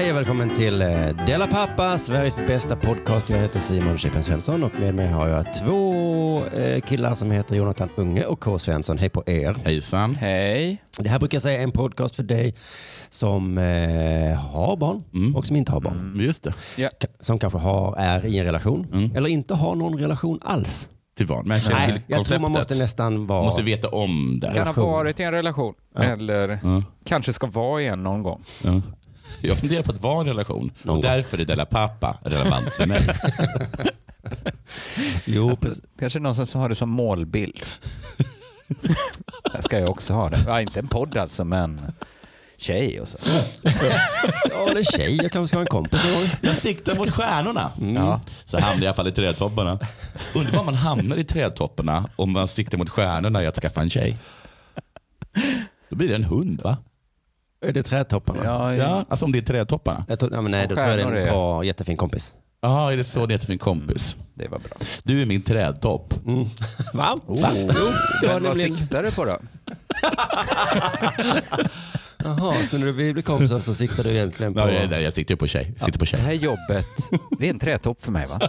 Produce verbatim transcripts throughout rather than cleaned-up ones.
Hej och välkommen till Della Pappa, Sveriges bästa podcast. Jag heter Simon Chippen Svensson och med mig har jag två killar som heter Jonathan Unge och K. Svensson. Hej på er. Hejsan. Hej. Det här brukar jag säga är en podcast för dig som eh, har barn mm. och som inte har barn. Mm, just det. Ja. Som kanske har, är i en relation mm. eller inte har någon relation alls. Till barn. Men jag, Nej, till jag tror man måste nästan vara... Måste veta om det. Kan ha varit i en relation. Ja. Eller ja. kanske ska vara i en någon gång. Ja. Jag funderar på att vara i en relation. Någon och därför är Della Pappa relevant för mig. Jo, precis. Kanske någon som har det som målbild. Där ska jag också ha det. Ja, inte en podd alltså, men tjej och så. Ja, det är tjej. Jag kanske ska ha en kompis. Jag siktar mot stjärnorna. Mm. Ja. Så hamnar jag i alla fall i trädtopparna. Undrar var man hamnar i trädtopparna om man siktar mot stjärnorna i att skaffa en tjej. Då blir det en hund, va? Är det trädtopparna? Ja, ja. ja, alltså om det är trädtopparna. Jag tror, ja, men nej, då tror jag det är en bra, jättefin kompis. Ja, är det så? Det är jättefin kompis. Mm, det var bra. Du är min trädtopp. Mm. Va? Oh. Va? Men vad siktar du på då? Jaha, så när du blir kompisar så siktar du egentligen på... Ja, jag, jag siktar på tjej. Ja. Siktar på tjej. Det här jobbet, det är en trädtopp för mig, va?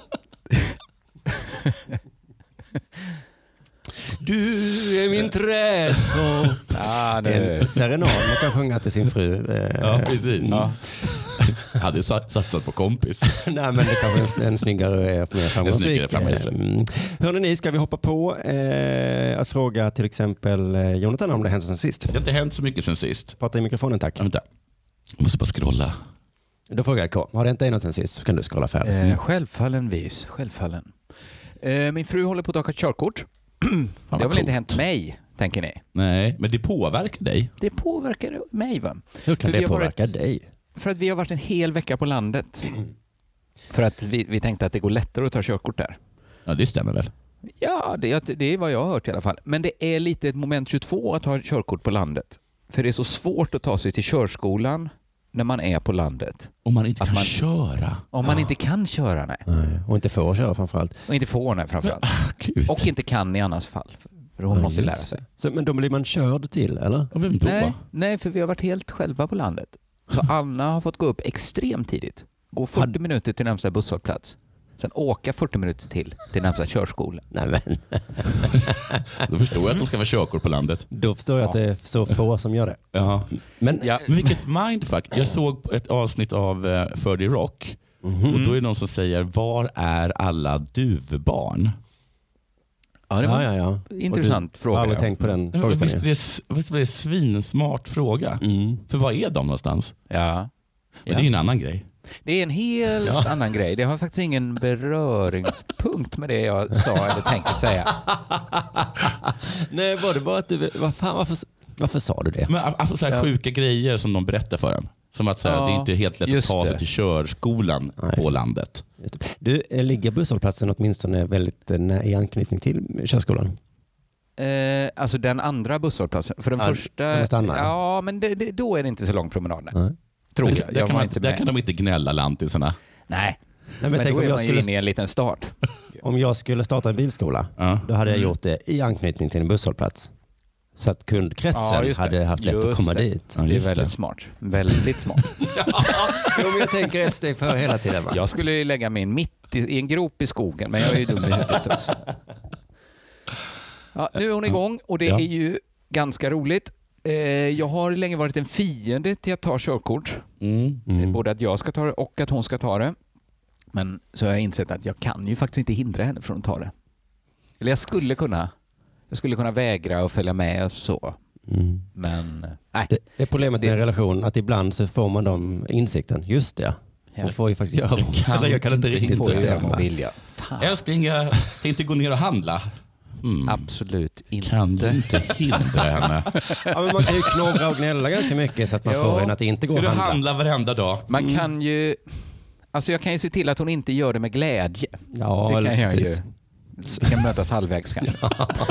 Du är min trädtopp. Ja, det... En serenad man kan sjunga till sin fru. Ja, precis. Ja. Jag hade satsat på kompis. Nej, men det kanske en, en snyggare är mer framgångsrik. Mm. Hörrni ni, ska vi hoppa på eh, att fråga till exempel eh, Jonathan om det hänt sen sist? Det har inte hänt så mycket sen sist. Prata i mikrofonen, tack. Ja, vänta. Jag måste bara scrolla. Då frågar jag K. Har det inte hänt något sen sist så kan du scrolla färdigt. Mm. Eh, självfallen vis. Självfallen. Eh, min fru håller på att ta ett körkort. Det har väl coolt. Inte hänt mig, tänker ni? Nej, men det påverkar dig. Det påverkar mig, va? Hur kan för det påverka varit, dig? För att vi har varit en hel vecka på landet. För att vi, vi tänkte att det går lättare att ta körkort där. Ja, det stämmer väl? Ja, det, det är vad jag har hört i alla fall. Men det är lite ett moment tjugotvå att ha körkort på landet. För det är så svårt att ta sig till körskolan när man är på landet. Om man inte att kan man, köra. Om man ja. inte kan köra, nej. nej. Och inte får köra framförallt. Och inte får, nej, framförallt. Ah, och inte kan i annars fall. För hon ja, måste lära sig. Så, men då blir man körd till, eller? Och vem nej, nej, för vi har varit helt själva på landet. Så Anna har fått gå upp extremt tidigt. Gå fyrtio Had... minuter till närmsta busshållplats. Sen åka fyrtio minuter till till närmsta körskola. Nej, men. Då förstår jag att de ska vara körkort på landet. Då förstår jag ja. att det är så få som gör det. Ja. Men, ja. men vilket mindfuck. Jag såg ett avsnitt av uh, thirty Rock. Mm-hmm. Och då är det någon som säger, var är alla duvbarn? Ja, det var ja, ja, ja. intressant du, fråga. Jag har aldrig tänkt på den frågeställningen. Visst är det, det är en svinsmart fråga. Mm. För vad är de någonstans? Ja. Men ja. det är en annan grej. Det är en helt ja. annan grej. Det har faktiskt ingen beröringspunkt med det jag sa eller tänkte säga. Nej, var det bara att du... Vad fan, varför, varför sa du det? Men alltså, så här ja. sjuka grejer som de berättar för en. Som att så här, ja, det är inte helt lätt att ta sig till körskolan Nej, på landet. Du, ligger busshållplatsen åtminstone väldigt i anknytning till körskolan? Eh, alltså den andra busshållplatsen. För den ja, första... Stanna, ja, ja, men det, det, då är det inte så lång promenad. Nej. Tror jag. Där, jag kan, man, inte där kan de inte gnälla lantisarna. Nej. Nej, men, men tänk då om är jag man skulle, ju inne i en liten start. Om jag skulle starta en bilskola, ja. då hade jag gjort det i anknytning till en busshållplats. Så att kundkretsen ja, hade haft lätt just att komma det. dit. Ja, det är väldigt det. smart. Väldigt smart. ja, men jag tänker ett steg för hela tiden. Va? Jag skulle lägga mig mitt i, i en grop i skogen, men jag är ju dum i huvudet också. Ja, nu är hon igång och det ja. är ju ganska roligt. Eh, jag har länge varit en fiende till att ta körkort. Mm. Mm. Både att jag ska ta det och att hon ska ta det. Men så har jag insett att jag kan ju faktiskt inte hindra henne från att ta det. Eller jag skulle kunna. Jag skulle kunna vägra och följa med och så. Mm. Men nej. Det, det är problemet med det, en relation att ibland så får man de insikten. Just det. Ja. Man får ju faktiskt göra det. Kan, jag kan inte riktigt bestämma. Älskling, jag tänkte gå ner och handla. Mm. Absolut inte. Kan du inte hindra henne? Ja, men man kan ju knorra och gnälla ganska mycket så att man ja. får henne att inte gå och handla. Ska du handla varenda dag? Man mm. kan ju... Alltså jag kan ju se till att hon inte gör det med glädje. Ja, det kan jag precis. ju. Vi kan mötas halvvägs kanske.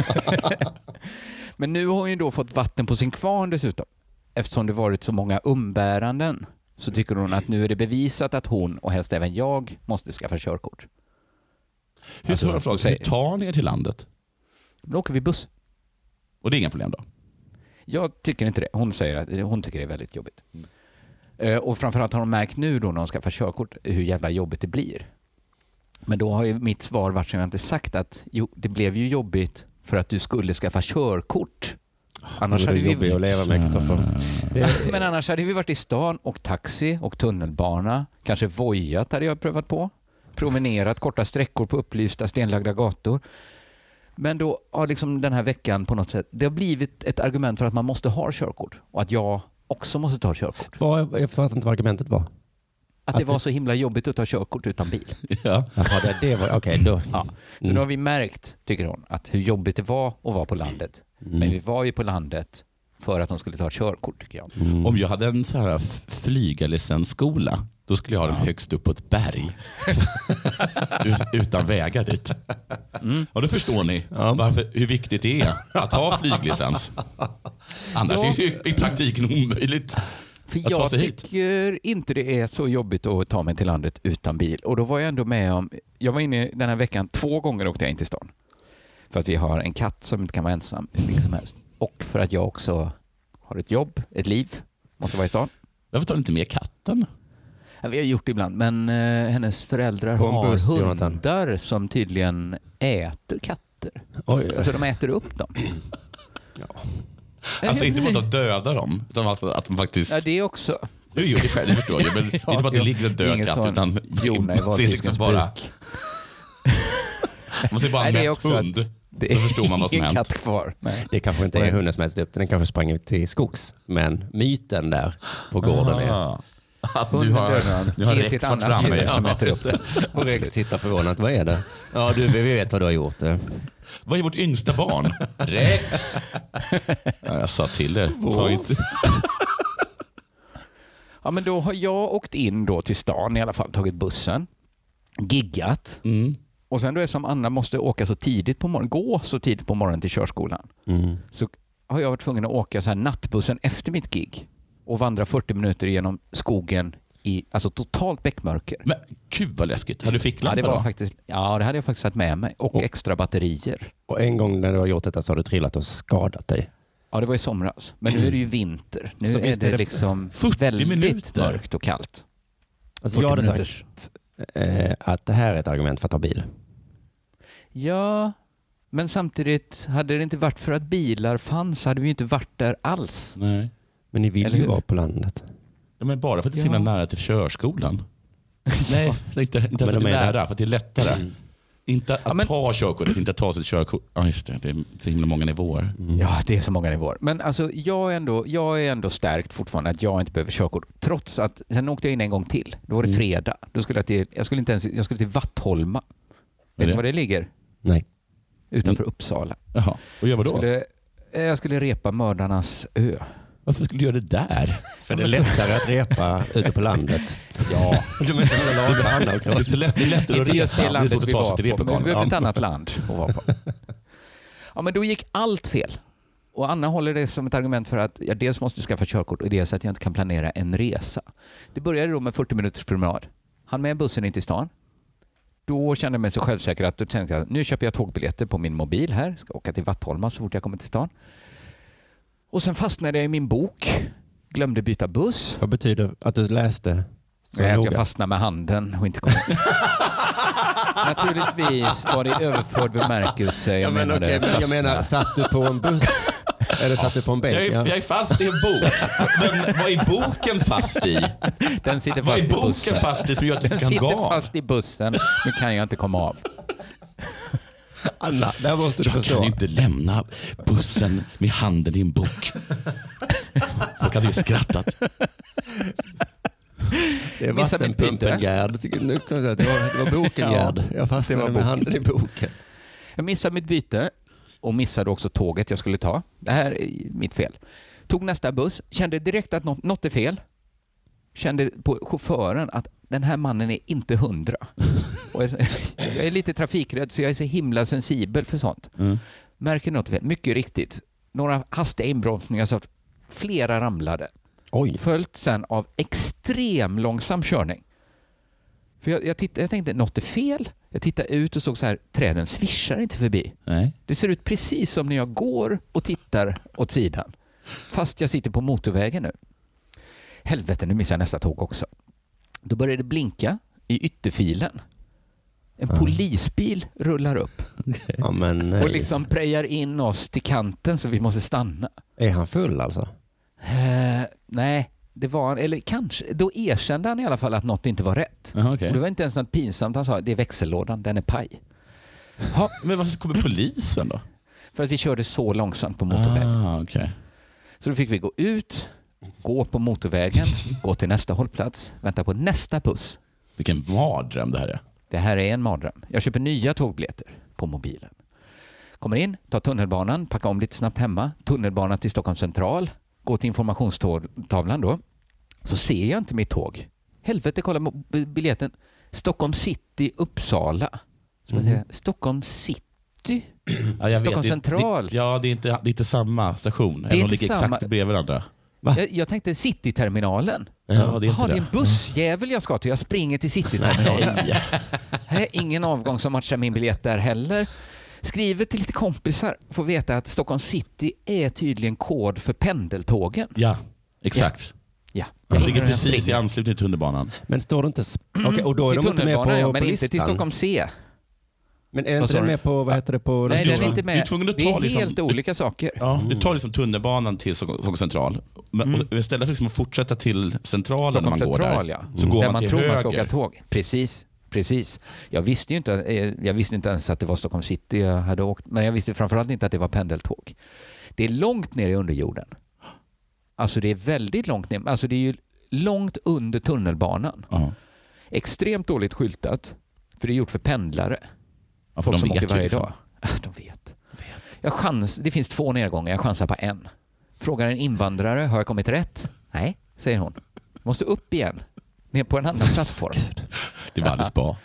Men nu har hon ju då fått vatten på sin kvarn dessutom. Eftersom det varit så många umbäranden så tycker hon att nu är det bevisat att hon och helst även jag måste skaffa körkort. Hur, alltså, hur, fråga, hur tar ni er till landet? Då åker vi buss. Och det är inga problem då? Jag tycker inte det. Hon säger att hon tycker det är väldigt jobbigt. Och framförallt har de märkt nu då när de skaffar körkort hur jävla jobbigt det blir. Men då har ju mitt svar varit som jag inte sagt att jo, det blev ju jobbigt för att du skulle skaffa körkort. Annars det hade vi jobbigt att leva med, Kristoffer. Men annars hade vi varit i stan och taxi och tunnelbana. Kanske vojat hade jag prövat på. Promenerat korta sträckor på upplysta stenlagda gator. Men då har liksom den här veckan på något sätt, det har blivit ett argument för att man måste ha körkort. Och att jag också måste ta körkort. Vad, jag fattar inte vad argumentet var. Att, att det var så himla jobbigt att ta körkort utan bil. Ja, Jaha, det, det var okej okay, då. Ja. Så mm. nu har vi märkt, tycker hon, att hur jobbigt det var att vara på landet. Mm. Men vi var ju på landet för att de skulle ta körkort, tycker jag. Mm. Om jag hade en så här flygarlicensskola, då skulle jag ha den ja. högst upp på ett berg. Utan vägar dit. Mm. Och då förstår ni ja. varför, hur viktigt det är att ha flyglicens. Annars ja. är det i praktiken omöjligt. För jag tycker inte det är så jobbigt att ta mig till landet utan bil. Och då var jag ändå med om, jag var inne den här veckan, två gånger åkte jag in till stan. För att vi har en katt som inte kan vara ensam hur mycket som helst. Och för att jag också har ett jobb, ett liv, måste vara i stan. Varför tar du inte med katten? Ja, vi har gjort det ibland, men uh, hennes föräldrar har buss, hundar Jonathan. Som tydligen äter katter. Oj. Alltså de äter upp dem. Ja. Alltså inte bara att döda dem, utan att, att de faktiskt... Ja, det också. Du gör det själv, det förstår jag. Men ja, inte bara att det ligger en död katt, utan man ser liksom bara... Man ser bara en mätt hund. Det så förstår man vad som hänt. Katt kvar. Nej. Det kanske inte är hunden som äter upp den. Den kanske sprang till skogs. Men myten där på gården är... Att du har, du har Rex fått fram mig. Som äter upp det. Och Rex tittar förvånat. Vad är det? Ja, du, vi vet vad du har gjort. Det. Vad är vårt yngsta barn? Rex! Ja, jag sa till er. Ta inte... Ja, men då har jag åkt in då till stan i alla fall. Tagit bussen. Giggat. Mm. Och sen då är som Anna måste åka så tidigt på morgonen, gå så tidigt på morgonen till körskolan. Mm. Så har jag varit tvungen att åka så här nattbussen efter mitt gig och vandra fyrtio minuter genom skogen i alltså totalt bäckmörker. Men gud vad läskigt. Hade du ficklampa ja, det var då? Faktiskt, ja, det hade jag faktiskt satt med mig. Och, och extra batterier. Och en gång när du har gjort detta så har du trillat och skadat dig. Ja, det var i somras. Men nu är det ju vinter. Nu så är det, det liksom väldigt minuter. Mörkt och kallt. Alltså jag hade sagt eh, att det här är ett argument för att ta bil. Ja, men samtidigt hade det inte varit för att bilar fanns hade vi ju inte varit där alls. Nej. Men ni vill ju vara på landet. Ja, men bara för att det är så himla nära till körskolan. Nej, inte, inte för att det är nära, för att det är lättare. Mm. Inte att ja, men... ta körkortet, inte att ta sitt körkort. Ja, just det. Det är så himla många nivåer. Mm. Ja, det är så många nivåer. Men alltså, jag är, ändå, jag är ändå stärkt fortfarande att jag inte behöver körkort. Trots att, sen åkte jag in en gång till. Då var det fredag. Då skulle jag till, jag skulle inte ens, jag skulle till Vattholma. Vet du var det ligger? Nej. Utanför mm. Uppsala. Jaha, och gör vad då? Jag skulle, jag skulle repa Mördarnas ö. Varför skulle du göra det där? För det är lättare att repa ute på landet. Ja. Du är så det är lätt, det är lättare att repa. Det landet det är vi var på. Men vi behöver ett annat land att vara på. Ja, men då gick allt fel. Och Anna håller det som ett argument för att jag dels måste skaffa körkort och dels att jag inte kan planera en resa. Det började då med fyrtio minuters promenad. Han med bussen in till stan. Då kände jag mig så självsäker att då tänkte jag, nu köper jag tågbiljetter på min mobil här. Ska åka till Vattholma så fort jag kommer till stan. Och sen fastnade jag i min bok. Glömde byta buss. Vad betyder att du läste så Nej, noga? Att jag fastnade med handen och inte kom. Naturligtvis var det i överförd bemärkelse. Jag, jag, menar, okay, jag menar, satt du på en buss? Eller satt du på en bänk? Jag är, jag är fast i en bok. Men vad är boken fast i? Den sitter fast vad är i boken bussen. fast i som gör att du Den kan gå? Den sitter fast i bussen. Nu kan jag inte komma av. Anna, där måste du jag förstå. Jag kan inte lämna bussen med handen i en bok. Folk hade ju skrattat. Det är vattenpumpen Gerd. Det var, det var boken Gerd. Jag fastnade med handen i boken. Jag missade mitt byte och missade också tåget jag skulle ta. Det här är mitt fel. Tog nästa buss, kände direkt att något, något är fel. Kände på chauffören att den här mannen är inte hundra. Och jag, jag är lite trafikrädd så jag är så himla sensibel för sånt. Mm. Märker något fel. Mycket riktigt. Några hastiga inbromsningar så att flera ramlade. Oj. Följt sen av extrem långsam körning. För jag, jag, tittade, jag tänkte, något är fel. Jag tittade ut och såg så här, träden svischar inte förbi. Nej. Det ser ut precis som när jag går och tittar åt sidan. Fast jag sitter på motorvägen nu. Helvete, nu missar jag nästa tåg också. Då började det blinka i ytterfilen. En mm. polisbil rullar upp. Okay. Ja, men, och liksom prejar in oss till kanten så vi måste stanna. Är han full alltså? Uh, nej, det var eller kanske. Då erkände han i alla fall att något inte var rätt. Uh, okay. Det var inte ens något pinsamt. Han sa, det är växellådan, den är paj. Ha. Men varför kommer polisen då? För att vi körde så långsamt på motorvägen. Ah, okay. Så då fick vi gå ut, gå på motorvägen, gå till nästa hållplats, vänta på nästa buss. Vilken mardröm det här är. Det här är en mardröm. Jag köper nya tågbiljetter på mobilen. Kommer in, tar tunnelbanan, packar om lite snabbt hemma. Tunnelbanan till Stockholms central. Går till informationstavlan då. Så ser jag inte mitt tåg. Helvete, kolla biljetten. Stockholm city, Uppsala. Så mm. Stockholm city? Ja, jag Stockholm vet. central? Det, ja, det är, inte, det är inte samma station. Det är de ligger samma... exakt bredvid varandra. Jag, jag tänkte Cityterminalen. Ja, det är inte Aha, det. det är en bussjävel jag ska till. Jag springer till Cityterminalen. Här är ingen avgång som matchar min biljett där heller. Skriver till lite kompisar. Får veta att Stockholm city är tydligen kod för pendeltågen. Ja, exakt. Ja. Det ligger precis i anslutning till tunnelbanan. Men står det inte... Sp- okay, och då är de inte med på, ja, på men listan. Inte till Stockholm C. Men är inte den med på, vad heter det, på... Nej, den är inte med. Du är det är liksom, helt olika saker. Ja, du tar liksom tunnelbanan till Stockholm central. Men mm. istället för liksom att fortsätta till centralen Stockholm när man central, går där. Ja. Så mm. går där man till man tror höger. Man ska åka tåg. Precis, precis. Jag visste ju inte, jag visste inte ens att det var Stockholm city jag hade åkt. Men jag visste framförallt inte att det var pendeltåg. Det är långt ner i underjorden. Alltså det är väldigt långt ner. Alltså det är ju långt under tunnelbanan. Uh-huh. Extremt dåligt skyltat. För det är gjort för pendlare. Ja, för folk de som åker varje liksom. dag. De vet. vet. Jag chans, det finns två nedgångar. Jag chansar på en. Frågar en invandrare, har jag kommit rätt? Nej, säger hon. Måste upp igen. Ner på en annan plattform. Det var alldeles bra.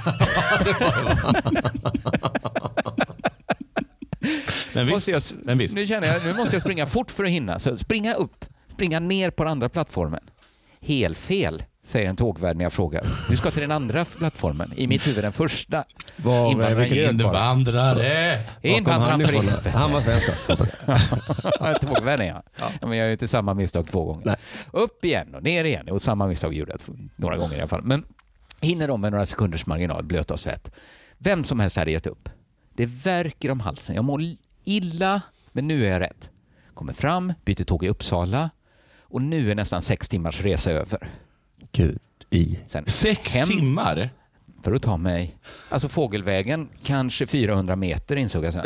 Men visst, jag, men visst. Nu känner jag, nu måste jag springa fort för att hinna. Så springa upp, springa ner på den andra plattformen. Helt fel, säger en tågvärd när jag frågar. Du ska till den andra plattformen. I mitt huvud den första. Var, invandrare. Invandrare. Invandrare för inte. Han var svensk då. Tågvärden, ja. ja. Men jag har ju inte samma misstag två gånger. Nej. Upp igen och ner igen. Och samma misstag gjorde jag några gånger i alla fall. Men hinner de med några sekunders marginal, blöt och svett. Vem som helst hade gett upp. Det verkar om halsen. Jag mår illa, men nu är jag rätt. Kommer fram, byter tåg i Uppsala. Och nu är nästan sex timmars resa över. Gud i. Sen sex hem, timmar? För att ta mig. Alltså fågelvägen, kanske fyrahundra meter insåg jag sen.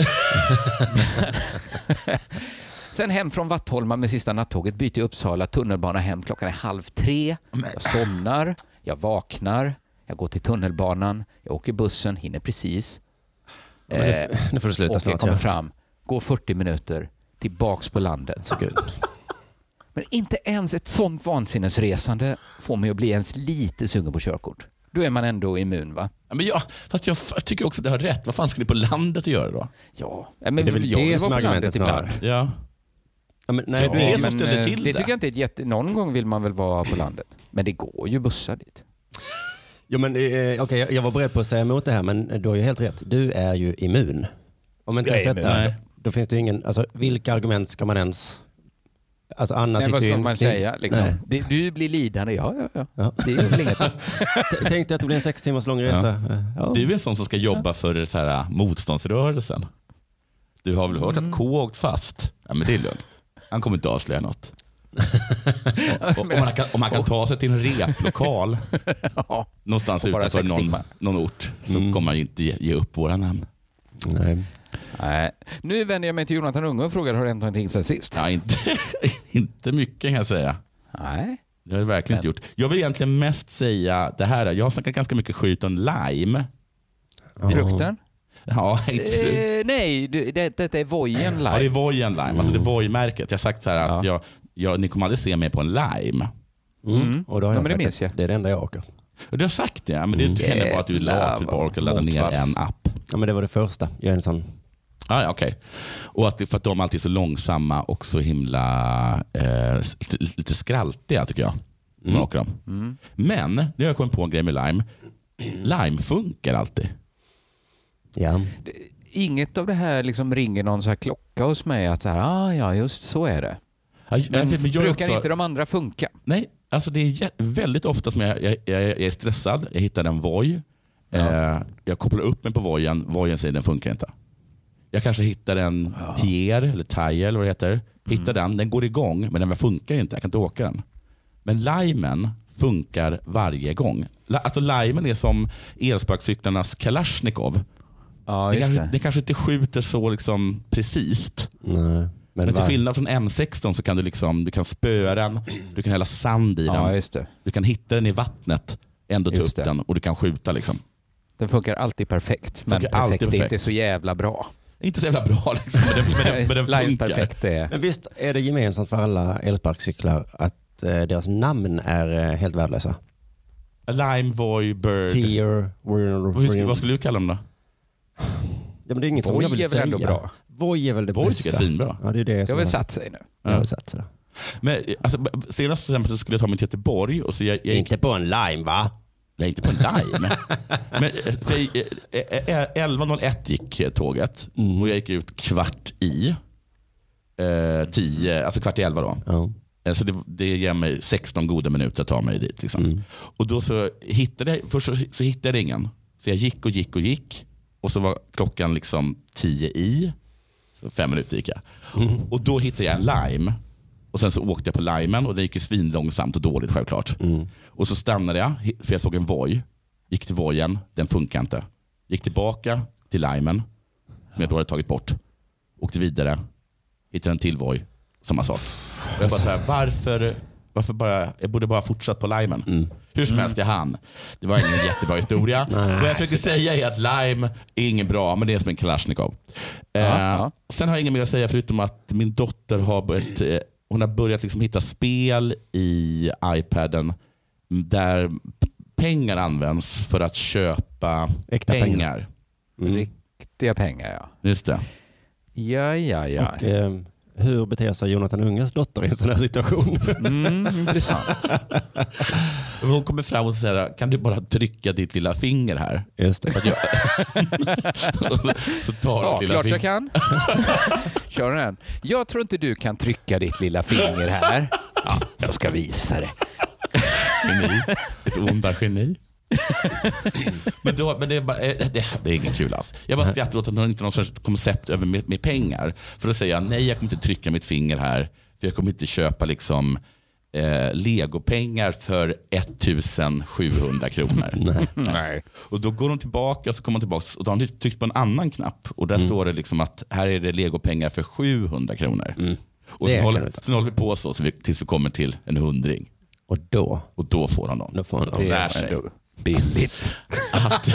Sen hem från Vattholma med sista nattåget, byter i Uppsala, tunnelbana hem, klockan är halv tre. Jag somnar, jag vaknar, jag går till tunnelbanan, jag åker bussen, hinner precis. Ja, det, nu får du sluta snart. Jag kommer fram, går fyrtio minuter, tillbaks på landet. Så gud. Men inte ens ett sånt vansinnesresande får mig att bli ens lite sugen på körkort. Då är man ändå immun, va? Ja, men jag, fast jag tycker också att det har rätt. Vad fan ska ni på landet att göra då? Ja, men det är väl jag det som argumentet snarare. Ja. Ja, men, nej, ja, det är det som ställer till det. Det tycker jag inte är ett jätte... Någon gång vill man väl vara på landet. Men det går ju bussar dit. Jo, men eh, okej, okay, jag, jag var beredd på att säga emot det här, men du har ju helt rätt. Du är ju immun. Om inte ens detta, då, då finns det ju ingen... Alltså, vilka argument ska man ens... Alltså Anna Nej, sitter vad ju ska in... man säga? Liksom. Det, du blir lidande, ja, ja, ja. ja. Det är väl inget. Tänk dig att det blir en sex timmars lång resa. Ja. Ja. Du är en sån som ska jobba för så här motståndsrörelsen. Du har väl hört mm. att K åkt fast? Ja, men det är lugnt. Han kommer inte avslöja något. och, och, man kan, och man kan ta sig till en replokal ja. någonstans utanför någon, någon ort, så mm. kommer man ju inte ge, ge upp våra namn. Nej. Nej. Nu vänder jag mig till Jonathan Unge och frågar, har det hänt någonting sen sist? Ja, inte, inte mycket kan jag säga. Nej. Det har jag verkligen Men. inte gjort. Jag vill egentligen mest säga det här. Jag har snackat ganska mycket skit om lime. Frukten? Ja, inte eh, Nej, det, det är Vojen Lime. Ja, det är Vojen Lime. Alltså det är Voi-märket. Jag har sagt så här att ja. jag, jag, ni kommer aldrig se mig på en lime. Mm. Mm. Och då har jag ja, sagt det, att det är det enda jag åker. Och du har sagt det, men det mm. känner bara att du är lat till bara att ladda ner en app. Ja, men det var det första. Jag är en sån... Ah, ja, okej. Och att, för att de alltid är så långsamma och så himla eh, lite skraltiga tycker jag. Mm. Man åker dem. Mm. Men nu har jag kommit på en grej med lime. Lime funkar alltid. Ja. Inget av det här liksom ringer någon så här klocka hos mig att så här, ah, ja, just så är det. Ja, men men jag brukar också... inte de andra funka? Nej, Alltså det är väldigt ofta som jag, jag, jag är stressad. Jag hittar en voj. Ja. Eh, jag kopplar upp mig på vojen. Vojen säger den funkar inte. Jag kanske hittar en ja. tier eller tire eller vad det heter. Hittar mm. den, den går igång men den funkar inte. Jag kan inte åka den. Men limen funkar varje gång. Alltså limen är som elsparkcyklarnas Kalashnikov. Ja, det, kanske, det kanske inte skjuter så liksom precis. Nej. Men, men till skillnad från M sexton så kan du liksom du kan spöa den, du kan hälla sand i ja, den. Just det. Du kan hitta den i vattnet, ändå ta upp den och du kan skjuta liksom. Den funkar alltid perfekt, men perfekt, alltid perfekt är inte så jävla bra. Inte så jävla bra liksom, men den, men den, men den funkar. Perfekt är... Men visst är det gemensamt för alla elsparkcyklar att eh, deras namn är eh, helt värdelösa? Lime, Voy, Bird. Tier, Hur, vad skulle du kalla dem då? Ja, men det är inget Voy som jag vill är väl säga. Ändå bra. Voy är väl det Voy bästa. Voy tycker jag är svinbra. Ja, det är det jag har väl satt sig nu. Jag har satt sig där. Men alltså, senast exempel skulle jag ta mig till Göteborg. Och så jag, jag inte på en lime, va? Nej, inte på en lime. Men säg, elva noll ett gick tåget. Mm. Och jag gick ut kvart i. Eh, tio, alltså kvart i elva då. Ja. Så det, det ger mig sexton goda minuter att ta mig dit. Liksom. Mm. Och då så hittade jag, först så, så hittade jag ingen. Så jag gick och gick och gick. Och så var klockan liksom tio i. Så fem minuter gick jag. Mm. Och då hittade jag en lime. Och sen så åkte jag på limen och det gick ju svinlångsamt och dåligt självklart. Mm. Och så stannade jag för jag såg en voj. Gick till vojen, den funkar inte. Gick tillbaka till limen som jag då hade tagit bort. Åkte vidare, hittade en till voj. Samma sak. Jag bara så här, varför, varför bara, jag borde bara fortsatt på limen. Mm. Hur som helst, jag hann. Det var ingen jättebra historia. Vad jag försökte säga är att lime är ingen bra, men det är som en Kalashnikov. Ja, eh, ja. Sen har jag inget mer att säga förutom att min dotter har börjat, eh, hon har börjat liksom hitta spel i iPaden där pengar används för att köpa äkta pengar. pengar. Mm. Riktiga pengar, ja. Just det. Ja, ja, ja. Och, eh, hur beter sig Jonathan Unges dotter i en sån här situation? Mm, intressant. Hon kommer fram och säger, kan du bara trycka ditt lilla finger här? Just det. Jag... så tar ja, lilla klart finger. Jag kan. Kör den. Jag tror inte du kan trycka ditt lilla finger här. Ja, jag ska visa det. Geni. Ett onda geni. men, då, men det, är bara, det, det är ingen kul alls. Jag bara skrattar åt att hon inte har någon koncept över med, med pengar. För då säger jag, nej jag kommer inte trycka mitt finger här. För jag kommer inte köpa liksom eh, legopengar för ettusen sjuhundra kronor. nej. nej. Och då går hon tillbaka och så kommer hon tillbaka och då har hon tryckt på en annan knapp. Och där mm. står det liksom att här är det legopengar för sjuhundra kronor. Mm. Och sen håller, sen håller vi på så, så vi, tills vi kommer till en hundring. Och då? Och då får hon dem. Då får hon dem. Lär sig. Billigt. Att...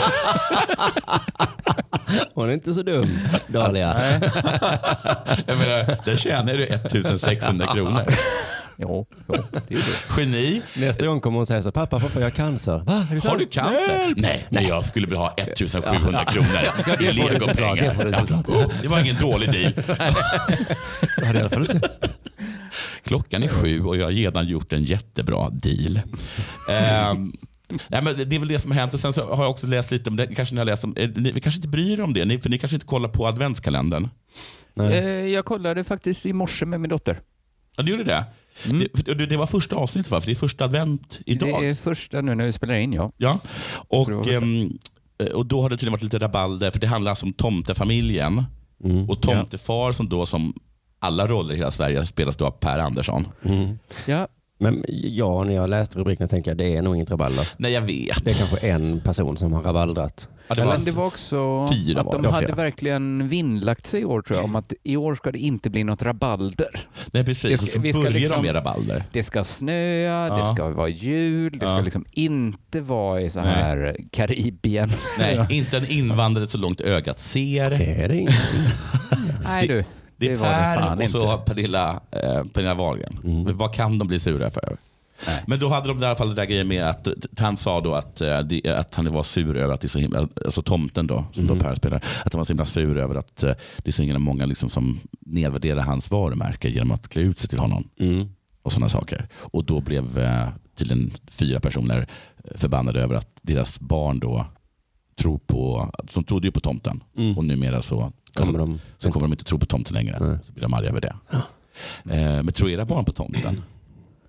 Hon är inte så dum, Dahlia. Jag menar, där tjänar du ettusen sexhundra kronor. Jo, jo, det är det. Geni. Nästa gång kommer hon säga så, pappa, pappa, jag har cancer. Va? Har du cancer? Nej, nej, men jag skulle vilja ha ettusen sjuhundra kronor i legopengar. Det, det var ingen dålig deal. Det hade jag inte. Klockan är sju och jag har redan gjort en jättebra deal. Um, Nej, men det är väl det som har hänt. Och sen så har jag också läst lite om det. Kanske ni har läst om, ni, vi kanske inte bryr er om det, ni, för ni kanske inte kollar på adventskalendern. Nej. Eh, jag kollade faktiskt i morse med min dotter. Ja, du gjorde det? Mm. Det, det var första avsnittet, va? För det är första advent idag. Det är första nu när vi spelar in, ja. Ja, och, och då har det tydligen varit lite rabalder, för det handlar alltså om tomtefamiljen. Mm. Och tomtefar som då, som alla roller i hela Sverige, spelas då av Per Andersson. Mm. Ja. Men ja, när jag läste rubriken tänkte jag det är nog inget rabalder. Nej, jag vet. Det är kanske en person som har rabaldrat. Ja, det, var Men det var också fyra att var de det. hade fyra. verkligen vinnlagt sig i år, tror jag, om att i år ska det inte bli något rabalder. Nej, precis. Ska, så vi ska börjar liksom, de med rabalder. Det ska snöa, ja. Det ska vara jul, det ja. ska liksom inte vara i så här Nej. Karibien. Nej, inte en invandrare så långt ögat ser. Det är det inte. Nej, du. Det är det Per och så Pernilla, eh, Pernilla Wahlgren. Mm. Vad kan de bli sura för? Nej. Men då hade de i alla fall det där grejen med att han sa då att, att han var sur över att det är så himla, alltså tomten då, som mm. då Per spelar, att han var så himla sur över att det är så himla många liksom som nedvärderar hans varumärke genom att klä ut sig till honom. Mm. Och sådana saker. Och då blev tydligen fyra personer förbannade över att deras barn då tror på, som trodde ju på tomten. Mm. Och numera så kommer, alltså, de, så kommer de inte tro på tomten längre. Nej. Så blir de arga över det. Ja. Eh, men tror era barn på tomten?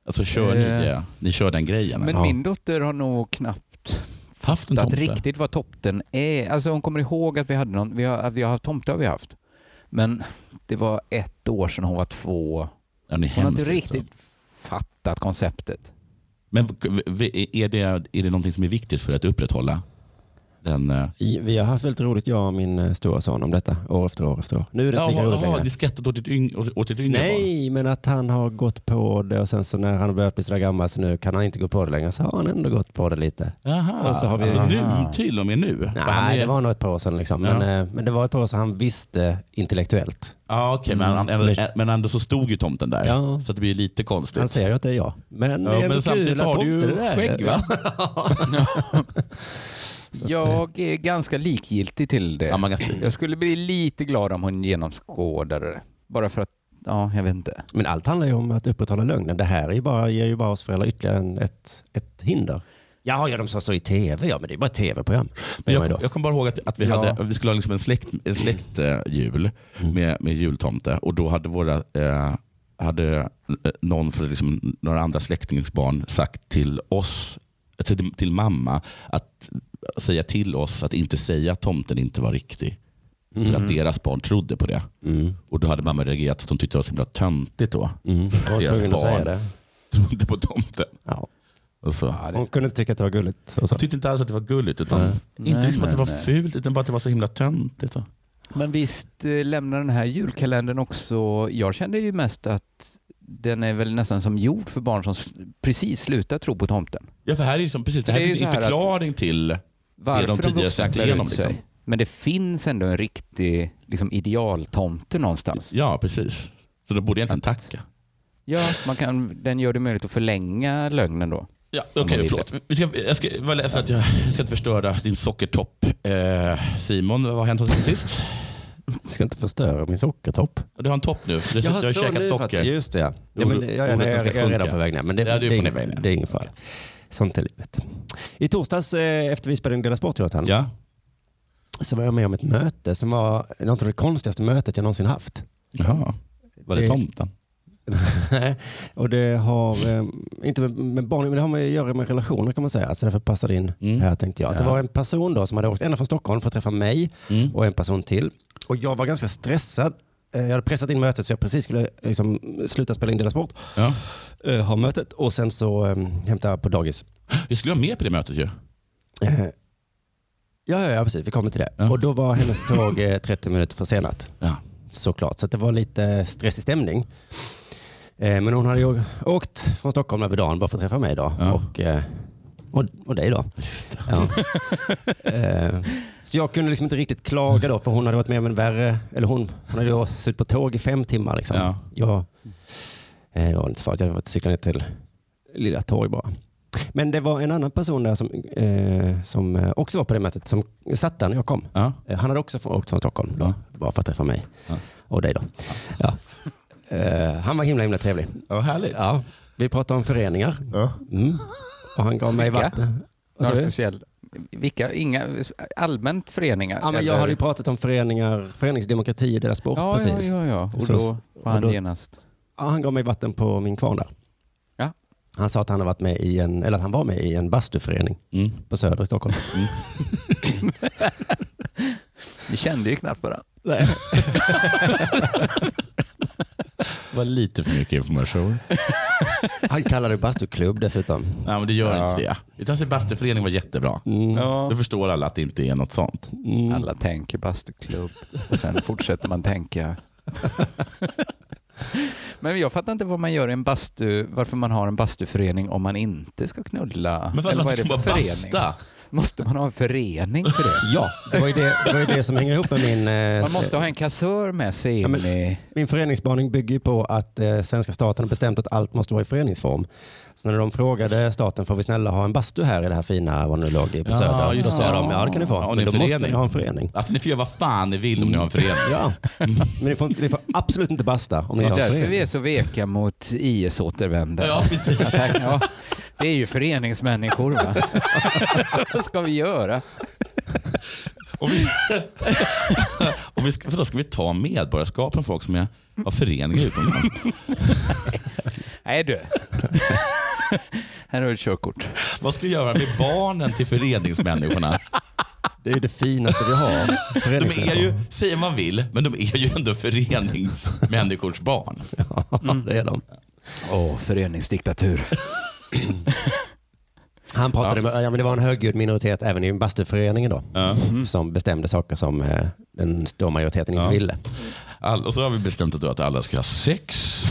Alltså kör ni det? Ni kör den grejen? Men ja. min dotter har nog knappt haft en tomte. Riktigt vad tomten är. Alltså hon kommer ihåg att vi hade någon, vi har, att vi har haft tomte har vi haft. Men det var ett år sedan hon var två. Ja, ni hon har inte riktigt så. fattat konceptet. Men är det, är det någonting som är viktigt för att upprätthålla den? Vi har haft väldigt roligt, jag och min stora son, om detta år efter år efter år. Nu är det inte lika roligt längre. Har ni skrattat åt ditt yngre Nej, barn? Men att han har gått på det och sen så när han börjat bli så där gammal så nu kan han inte gå på det längre, så har han ändå gått på det lite. Jaha, och så har vi... alltså nu till och med nu? Nej, är... det var nog ett par år sedan liksom. Men, ja. men det var ett par år sedan han visste intellektuellt. Ja, okej, okay, men, mm. men ändå så stod ju tomten där. Ja. Så det blir lite konstigt. Han säger ju att det är jag. Men, ja, det är men samtidigt har du ju skägg, va? Jag är ganska likgiltig till det. Ja, ganska jag skulle bli lite glad om hon genomskådade det. Bara för att, ja, jag vet inte. Men allt handlar ju om att upprätthålla lögnen. Det här är ju bara, ger ju bara oss föräldrar ytterligare en, ett, ett hinder. Ja, ja, de sa så i tv, ja, men det är bara ett tv-program. Men jag, jag kommer bara ihåg att, att vi, ja. hade, vi skulle ha liksom en, släkt, en släktjul mm. med, med jultomte. Och då hade våra... Eh, hade någon för liksom, några andra släktingsbarn sagt till oss, till, till mamma, att säga till oss att inte säga att tomten inte var riktig. Mm. För att deras barn trodde på det. Mm. Och då hade mamma reagerat att de tyckte det var så himla töntigt då. Mm. Att deras barn trodde på tomten. Ja. Och så. Hon kunde inte tycka att det var gulligt. Hon tyckte inte alls att det var gulligt. Utan nej. Inte nej, liksom nej, att det var nej. fult, utan bara att det var så himla töntigt. Då. Men visst lämnar den här julkalendern också... Jag kände ju mest att den är väl nästan som gjord för barn som precis slutar tro på tomten. Ja, för här är det som, precis, det här det är en förklaring till varför det de tidigare sagt igenom. Liksom. Men det finns ändå en riktig liksom, idealtomte någonstans. Ja, precis. Så då borde jag egentligen tacka. Ja, man kan, den gör det möjligt att förlänga lögnen då. Ja, okej, okay, förlåt. Vi ska, jag ska vara ledsen att jag, jag ska inte förstöra din sockertopp. Eh, Simon, vad har hänt hos dig sist? Jag ska inte förstöra min sockertopp. Du har en topp nu. Du, du har käkat socker. Just det, ja. ja men, jag, jag, jag, jag är redan på väg ner. Men det, ja, det, är, det, det är ingen fara. Sånt är livet. I torsdags eh, efter vi spelade in Dela Sport-låten ja. så var jag med om ett möte som var något av det konstigaste mötet jag någonsin haft. Jaha. Var det, det tomten? Nej, och det har eh, inte med, med barn, men det har med att göra med relationer kan man säga. Alltså därför passade in mm. här tänkte jag. Att ja. Det var en person då som hade åkt ända från Stockholm för att träffa mig mm. och en person till. Och jag var ganska stressad. Jag hade pressat in mötet så jag precis skulle liksom sluta spela in Dela Sport. Ja. Uh, ha mötet och sen så um, hämta på dagis. Vi skulle ha med på det mötet ju. Uh, ja, ja, precis. Vi kommer till det. Ja. Och då var hennes tåg uh, trettio minuter försenat. Ja. Såklart. Så det var lite stressig stämning. Uh, men hon hade ju åkt från Stockholm över dagen bara för att träffa mig då. Ja. Och... Uh, Och, och dig då. Just det. Ja. eh, så jag kunde liksom inte riktigt klaga då, för hon hade varit med om en värre, eller hon, hon hade ju suttit på tåg i fem timmar liksom. Ja. Jag, eh, det var inte så farligt, jag hade varit cykla ner till Lilla Torg bara. Men det var en annan person där som, eh, som också var på det mötet, som satt där när jag kom. Ja. Eh, han hade också åkt från Stockholm då, ja. bara för att träffa mig. Ja. Och dig då. Ja. Ja. Eh, han var himla himla trevlig. Ja, härligt. Ja. Vi pratade om föreningar. Ja. Mm. Och han gav mig vatten. Några speciell, vilka? Inga allmänt föreningar? Ja, men jag hade ju pratat om föreningar, föreningsdemokrati i Dela Sport. Ja, precis. Ja, ja, ja. Och så, då var han då, genast. Ja, han gav mig vatten på min kvarn där. Ja. Han sa att han, hade varit med i en, eller att han var med i en bastuförening mm. på Söder i Stockholm. Mm. Vi kände ju knappt bara. Nej. Det var lite för mycket information. Han kallade det bastuklubb dessutom. Nej, men det gör ja. inte det. Utan sig bastuförening var jättebra. Mm. Ja. Då förstår alla att det inte är något sånt. Mm. Alla tänker bastuklubb och sen fortsätter man tänka. Men jag fattar inte vad man gör i en bastu, varför man har en bastuförening om man inte ska knulla. Men fast man ska bara basta. Måste man ha en förening för det? Ja, det var ju det, det, var ju det som hänger ihop med min... Eh, man måste ha en kassör med sig in ja, i... Min föreningsspaning bygger ju på att eh, svenska staten har bestämt att allt måste vara i föreningsform. Så när de frågade staten, får vi snälla ha en bastu här i det här fina vad nu låg på ja, Söder? Då sa de, ja det kan ni få. Ja, men då måste ni ha en förening. Alltså ni får göra vad fan ni vill om ni har en förening. Ja, men ni får, ni får absolut inte basta om ni ja, har en förening. Därför vi är så veka mot I S-återvändare. Ja, precis. Ja, det är ju föreningsmänniskor, va? Vad ska vi göra? Och vi, och vi ska, för då ska vi ta medborgarskap från folk som är, har föreningar utomlands. Nej, Nej du. Här har du ett körkort. Vad ska vi göra med barnen till föreningsmänniskorna? Det är det finaste vi har. De är ju, säger man vill, men de är ju ändå föreningsmänniskors barn. Ja, det är de. Åh, oh, föreningsdiktatur. Han pratade ja. med, ja men det var en högljudd minoritet även i bastuföreningen då. Ja. Mm. Som bestämde saker som eh, den stora majoriteten inte ja. ville. All, och så har vi bestämt att, att alla ska ha sex.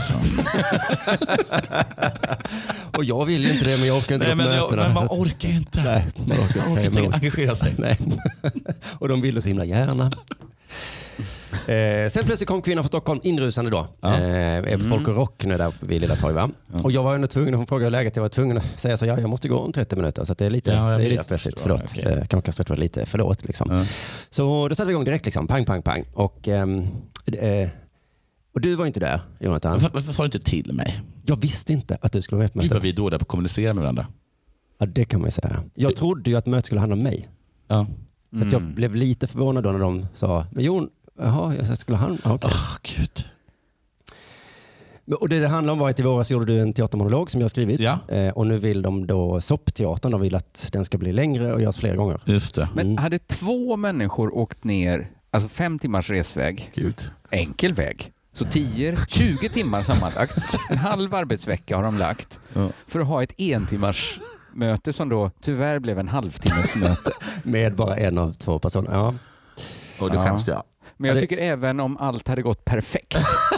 Och jag vill ju inte det, men jag orkar inte Nej, gå men, på mötena. Men man orkar ju inte. Nej, man orkar inte, man orkar inte engagera sig. Nej. Och de ville så himla gärna. Eh, sen plötsligt kom kvinnan från Stockholm inrusande då. Ja. Eh, mm. Folk och rock nu där vid Lilla Torg, va? Ja. Och jag var ju tvungen att fråga läget. Jag var tvungen att säga så ja, jag måste gå om trettio minuter. Så att det är lite, ja, det är lite stressigt. Förlåt. Okay. Eh, kan man kasta lite förlåt liksom. Ja. Så då satte vi igång direkt liksom. Pang, pang, pang. Och, ehm, eh, och du var inte där, Jonathan. Varför, varför sa du inte till mig? Jag visste inte att du skulle vara med på mötet. Var vi då där på att kommunicera med varandra? Ja, det kan man ju säga. Jag trodde ju att mötet skulle handla om mig. Ja. Så mm. att jag blev lite förvånad då när de sa, men Jon, jaha, jag skulle han... Okej. Okay. Oh, Gud. Och det det handlar om var att i våras gjorde du en teatermonolog som jag har skrivit. Ja. Eh, och nu vill de då, soppteatern, de vill att den ska bli längre och göras fler gånger. Just det. Men hade två människor åkt ner, alltså fem timmars resväg, Gud. enkel väg, så tio, tjugo timmar sammanlagt, en halv arbetsvecka har de lagt ja. för att ha ett en timmars möte som då tyvärr blev en halvtimmes möte. Med bara en av två personer, ja. Och det skäms jag. Men jag tycker även om allt hade gått perfekt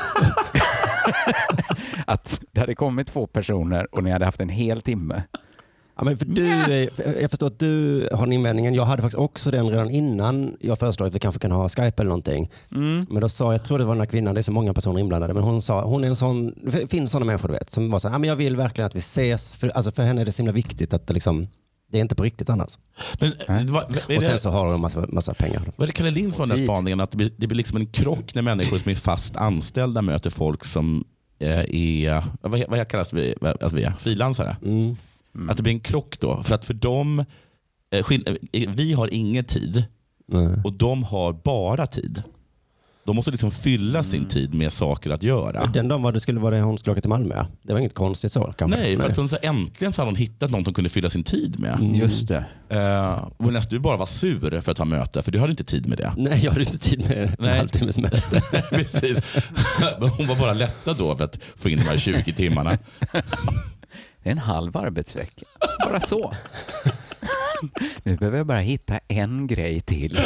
att det hade kommit två personer och ni hade haft en hel timme. Ja, men för du, jag förstår att du har den invändningen. Jag hade faktiskt också den redan innan jag föreslog att vi kanske kan ha Skype eller någonting. Mm. Men då sa, jag tror det var den här kvinnan, det är så många personer inblandade, men hon sa, hon är en sån, det finns sådana människor du vet, som var så här, ja, men jag vill verkligen att vi ses, för, alltså för henne är det så himla viktigt att det liksom, det är inte på riktigt annars. Men, mm. vad, vad och sen så har de massa, massa pengar. Vad är det Kalle Linds var den där spaningen, att det blir, det blir liksom en krock när människor som är fast anställda möter folk som är, vad, vad kallas vi, alltså vi är frilansare? Mm. Mm. Att det blir en krock då. För att för dem, vi har ingen tid mm. och de har bara tid. De måste liksom fylla sin mm. tid med saker att göra. Den dagen var det skulle vara det hon skulle åka till Malmö. Det var inget konstigt så. Kanske. Nej, för att hon så äntligen så hade hon hittat någon som kunde fylla sin tid med. Mm. Just det. Uh, och nästan du bara var sur för att ha möte, för du hade inte tid med det. Nej, jag hade inte tid med en halvtimmes möte. Precis. Hon var bara lättad då för att få in de här tjugo timmarna. Det är en halv arbetsvecka. Bara så. Nu behöver jag bara hitta en grej till.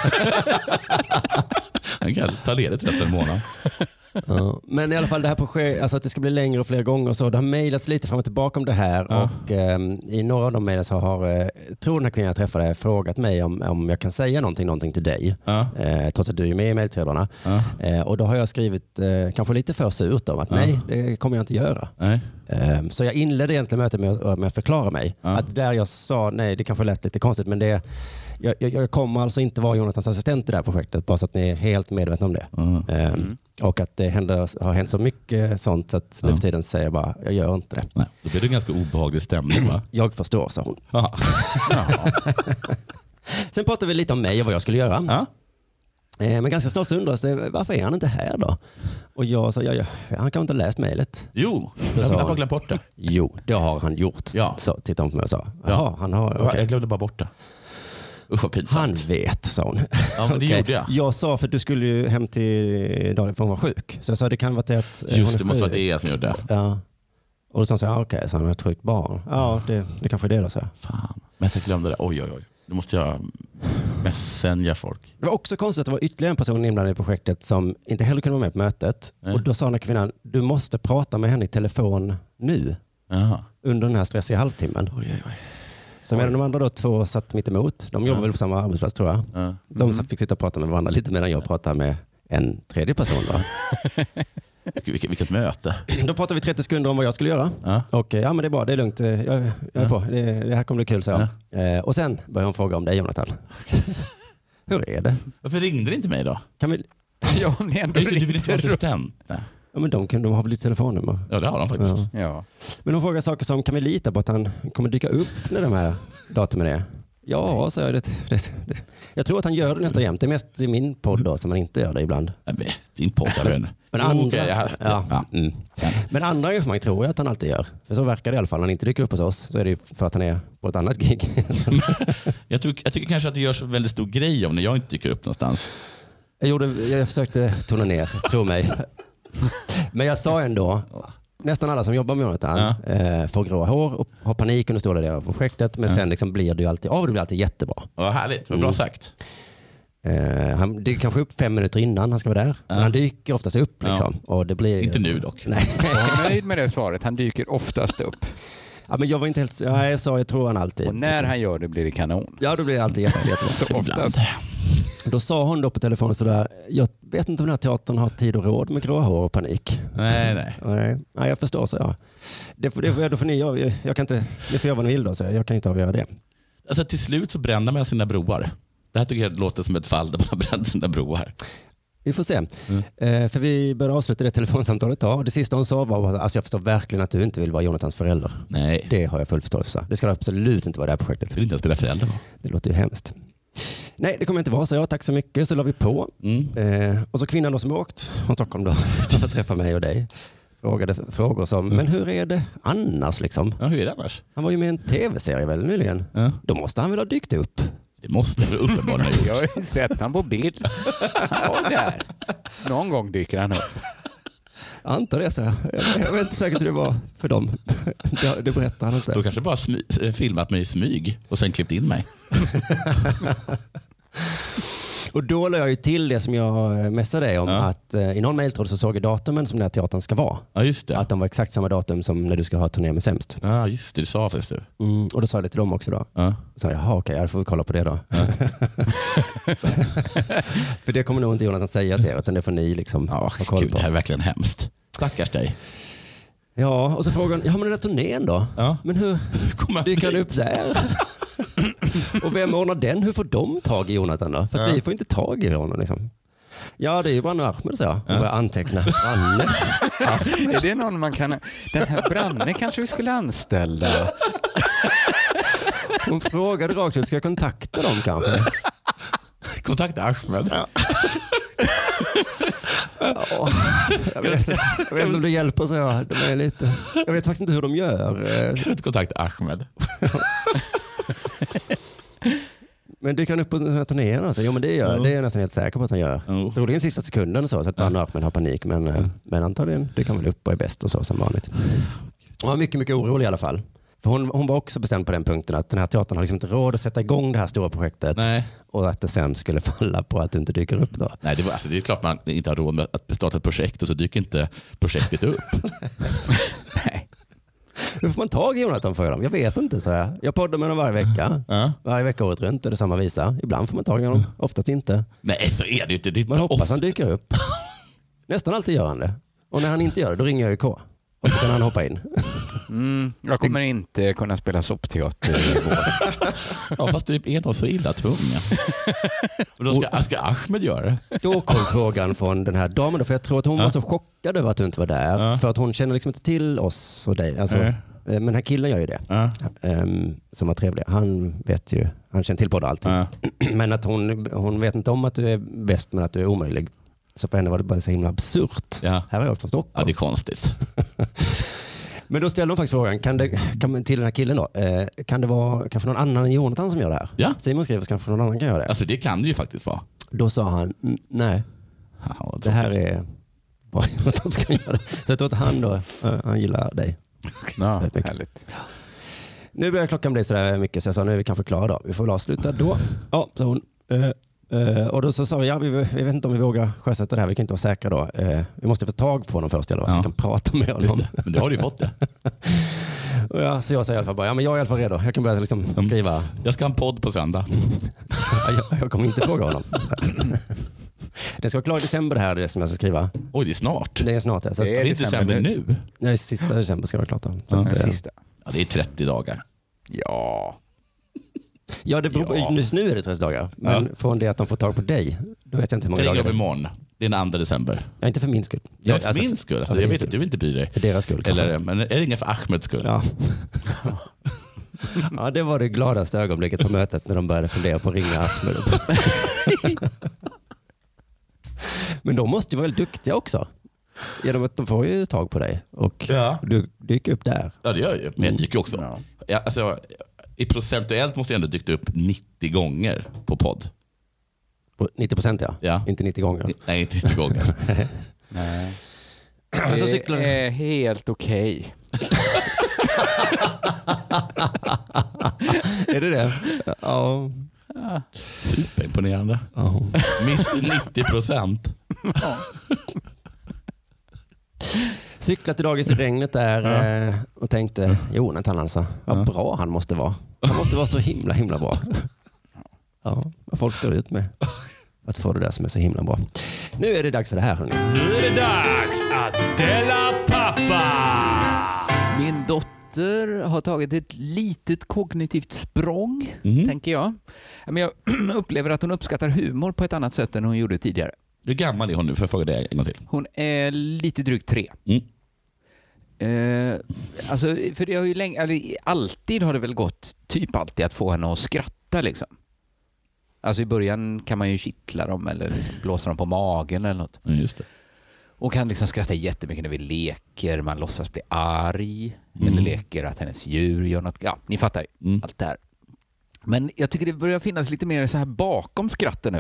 Han kan ta ledigt resten av månaden. Ja, men i alla fall det här projektet, alltså att det ska bli längre och fler gånger, så det har mejlats lite fram och tillbaka om det här. Ja. Och eh, i några av de mejlen så har, eh, tror den här kvinnan jag träffade, frågat mig om, om jag kan säga någonting, någonting till dig. Ja. Eh, trots att du är med i mejltrådarna. Ja. Eh, och då har jag skrivit, eh, kanske lite för surt om att ja. nej, det kommer jag inte göra. Nej. Eh, så jag inledde egentligen mötet med, med att förklara mig. Ja. Att där jag sa, nej det kanske lät lite konstigt, men det Jag, jag, jag kommer alltså inte vara Jonathans assistent i det här projektet, bara så att ni är helt medvetna om det. Mm. Um, mm. Och att det händer, har hänt så mycket sånt så att nu för tiden säger jag bara, jag gör inte det. Nej, då blir det ganska obehaglig stämning, va? Jag förstår, sa hon. Sen pratade vi lite om mig och vad jag skulle göra. Ja. Men ganska snart så undras det, varför är han inte här då? Och jag sa, ja, ja, han kan inte ha läst mejlet. Jo, jag har bara glömt bort det. Jo, det har han gjort. Ja. Så tittade hon på mig och sa, jaha, han har... Okay. Jag glömde bara bort det. Usch, vad pinsamt. Han vet, sa hon. Ja, men det okay. gjorde jag. Jag sa, för du skulle ju hem till David för hon var sjuk. Så jag sa, det kan vara det att just det, måste vara det som gjorde det. Ja. Och då sa han så här, okej, okay, så han har ett sjukt barn. Ja, det, det kanske är det då, så. Fan, men jag glömde det. Oj, oj, oj. Nu måste jag messenga folk. Det var också konstigt att det var ytterligare en person inblandad i projektet som inte heller kunde vara med på mötet. Nej. Och då sa den här kvinnan, du måste prata med henne i telefon nu. Aha. Under den här stressiga halvtimmen. Oj, oj, oj. Så medan de andra då två satt mitt emot. De jobbar ja. väl på samma arbetsplats, tror jag. Ja. De fick sitta och prata med varandra lite medan jag pratade med en tredje person. Då. Vilket, vilket möte. Då pratade vi trettio sekunder om vad jag skulle göra. Ja. Och ja, men det är bra, det är lugnt. Jag, jag är ja. på. Det, det här kommer bli kul, så. Ja. Eh, och sen började hon fråga om dig, Jonathan. Hur är det? Varför ringde du inte mig då? Kan vi... ja, men ändå du vill inte vara assistent? Nej. Ja, men de, kan, de har väl lite telefonnummer. Ja, det har de faktiskt. Ja. Ja. Men de frågar saker som, kan vi lita på att han kommer dyka upp när de här datumen är? Ja, så är det, det, det. Jag tror att han gör det nästan jämt. Det är mest i min podd då som han inte gör det ibland. Nej, din podd är en Men andra, okay, ja, ja, ja. Mm. Men andra engagemang tror jag att han alltid gör. För så verkar det i alla fall. När han inte dyker upp hos oss så är det för att han är på ett annat gig. jag, tror, jag tycker kanske att det görs en väldigt stor grej om när jag inte dyker upp någonstans. Jag, gjorde, jag försökte tona ner, tro mig. Men jag sa ändå, nästan alla som jobbar med Jonathan ja. eh, får gråa hår och har panik under stora delar av projektet. Men ja. sen liksom blir det ju alltid, ja, det blir alltid jättebra. Vad härligt, vad bra mm. sagt. Eh, han dyker kanske upp fem minuter innan han ska vara där. Ja. Men han dyker oftast upp. Liksom, ja. och det blir, inte nu dock. Nej. Jag är nöjd med det svaret, han dyker oftast upp. Ja, men jag var inte helt, ja, jag sa, jag tror han alltid. Och när han gör det blir det kanon. Ja, då blir det alltid jättebra. Så oftast. Då sa hon då på telefonen sådär, jag vet inte om den här teatern har tid och råd med gråa hår och panik. Nej, nej. Nej, nej jag förstår, så jag. Det får, det får, då får ni, jag, jag kan inte, det får jag vad ni vill då, så jag kan inte avgöra det. Alltså till slut så bränner man sina broar. Det här tycker jag låter som ett fall där man har bränt sina broar. Vi får se. Mm. Eh, för vi började avsluta det telefonsamtalet då. Det sista hon sa var, alltså jag förstår verkligen att du inte vill vara Jonathans förälder. Nej. Det har jag full förståelse för. Det ska absolut inte vara det här projektet. Du vill inte spela förälder va? Det låter ju hemskt. Nej, det kommer inte vara så. Jag tack så mycket. Så la vi på. Mm. Eh, och så kvinnan då som åkt från Stockholm då till att träffa mig och dig. Frågade frågor som, mm. men hur är det annars liksom? Ja, hur är det annars? Han var ju med i en tv-serie väl nyligen. Ja. Då måste han väl ha dykt upp. Det måste väl uppenbarligen. Jag har ju sett han på bild. Han var där. Någon gång dyker han upp. Jag antar det, så jag. Jag vet inte säkert hur det var för dem. Det, det berättar han inte. Då kanske bara smy- filmat mig i smyg och sen klippt in mig. Och då la jag ju till det som jag messade dig om, ja. att eh, i någon mejltråd så såg jag datumen som den här teatern ska vara. Ja, just det. Att de var exakt samma datum som när du ska ha turné med Sämst. Ja, just det. Det sa först du. Mm, och då sa jag det till dem också då. Ja. Så jag, jaha okej, jag får vi kolla på det då. Ja. För det kommer nog inte Jonathan säga till er, utan det får ni liksom ja, ha koll Gud, på. Det här är verkligen hemskt. Stackars dig. Ja, och så frågan, ja men den där turnén då? Ja. Men hur dyker han upp där? Och vem ordnar den? Hur får de tag i Jonathan då? För att ja. vi får inte tag i honom liksom. Ja, det är ju Branne Ahmed, så jag. Ja. Börjar anteckna. Branne Ahmed. Är det någon man kan... Den här Branne kanske vi skulle anställa. Hon frågade rakt ut, ska jag kontakta dem kanske? Kontakta Ahmed. Ja. Ja, jag, vet, jag vet inte om det hjälper, så jag. De är lite, jag vet faktiskt inte hur de gör. Kan du inte kontakta Ahmed? Men det kan upp på den här turnén alltså. Jo, men det gör mm. det är jag nästan helt säker på att han gör. Mm. Troligen sista sekunden och så, så att Branne Ahmed har panik. Men, mm. men antagligen, det kan väl upp och är bäst och så som vanligt. Hon var mycket, mycket orolig i alla fall. För hon, hon var också bestämd på den punkten att den här teatern har liksom inte råd att sätta igång det här stora projektet. Nej. Och att det sen skulle falla på att du inte dyker upp då. Nej, det, var, alltså, det är klart man inte har råd med att starta ett projekt och så dyker inte projektet upp. Nej. Hur får man tag i Jonathan för dem? Jag vet inte, så jag. Jag poddar med honom varje vecka. Ja. Varje vecka året runt är det samma visa. Ibland får man tag i honom, oftast inte. Nej, så är det ju inte. Det är man hoppas ofta. Han dyker upp. Nästan alltid gör han det. Och när han inte gör det, då ringer jag ju K. Och så kan han hoppa in. Mm, jag kommer inte kunna spela soppteater i vår. Ja, fast du är nog så illa tvungen. Och då ska, ska Ahmed göra det. Då kom frågan från den här damen. För jag tror att hon ja. var så chockad över att du inte var där. Ja. För att hon känner liksom inte till oss och dig. Alltså, ja. Men den här killen gör ju det. Ja. Um, som var trevlig. Han vet ju. Han känner till både allting. Ja. Men att hon, hon vet inte om att du är bäst, men att du är omöjlig. Så för henne var det bara så himla absurt. Ja. Här har jag åkt från Stockholm. Ja, det är konstigt. Men då ställde de faktiskt frågan, kan det, kan, till den här killen då, eh, kan det vara kanske någon annan än Jonathan som gör det här? Ja. Simon skriver så kanske någon annan kan göra det. Alltså det kan det ju faktiskt vara. Då sa han, nej. Aha, det här är bara Jonathan ska göra det. Så jag tror att han då, uh, han gillar dig. Ja, härligt. Nu börjar klockan bli så där mycket, så jag sa, nu är vi kanske klara då. Vi får väl avsluta då. Ja, så hon... Uh, Uh, och då så sa vi, ja, vi, vi vet inte om vi vågar sjösätta det här, vi kan inte vara säkra då. Uh, vi måste få tag på honom först, eller vad, ja. Så vi kan prata med honom. Det. Men det har du ju fått det. Ja, så jag säger i alla fall bara, ja men jag är i alla fall redo. Jag kan börja liksom skriva. Jag ska ha en podd på söndag. Ja, jag, jag kommer inte fråga honom. Det ska vara klart i december det här, det som jag ska skriva. Oj, det är snart. Det är snart, ja. Så det är december, december nu. Nej, sista december ska det vara klart. Ja, det, sista. Ja, det är trettio dagar. Ja. Ja, det beror, ja. Just nu är det trettio dagar. Men ja. Från det att de får tag på dig, då vet jag inte hur många jag dagar det är. Imorgon. Det är den andra december. Ja, inte för min skull. Ja, för alltså, min skull. Alltså, jag vet att du inte bryr dig. För deras skull. Eller, men är det inga för Ahmeds skull? Ja. Ja, det var det gladaste ögonblicket på mötet när de började fundera på att ringa Ahmed. Men de måste ju vara väldigt duktiga också. Genom att de får ju tag på dig och ja. du dyker upp där. Ja, det gör jag ju. Men jag tycker också. Mm. Ja, alltså, i procentuellt måste jag ändå dykt upp nittio gånger på podd. På nittio procent ja. ja. Inte nittio gånger. Nej, inte nittio gånger. Nej. Alltså, cyklar... Det är helt okej. Är det det? Ja. ja. Superimponerande. Ja. Mister nittio procent. Ja. Cyklat i dagis i regnet där ja. eh, och tänkte, Jonathan alltså, vad ja. bra han måste vara. Han måste vara så himla, himla bra. Ja, vad folk står ut med. Att få det där som är så himla bra. Nu är det dags för det här, hörni. Nu är det dags att dela pappa! Min dotter har tagit ett litet kognitivt språng, mm. tänker jag. Men jag upplever att hon uppskattar humor på ett annat sätt än hon gjorde tidigare. Hur gammal är hon nu? För jag fråga dig en gång till. Hon är lite drygt tre. Mm. Eh, alltså, för det har ju länge, alltså, alltid har det väl gått, typ alltid, att få henne att skratta liksom. Alltså i början kan man ju kittla dem eller liksom blåsa dem på magen eller något. Mm, just det. Och kan liksom skratta jättemycket när vi leker. Man låtsas bli arg. Mm. Eller leker att hennes djur gör något. Ja, ni fattar ju. Mm. Allt det här. Men jag tycker det börjar finnas lite mer så här bakom skratten nu.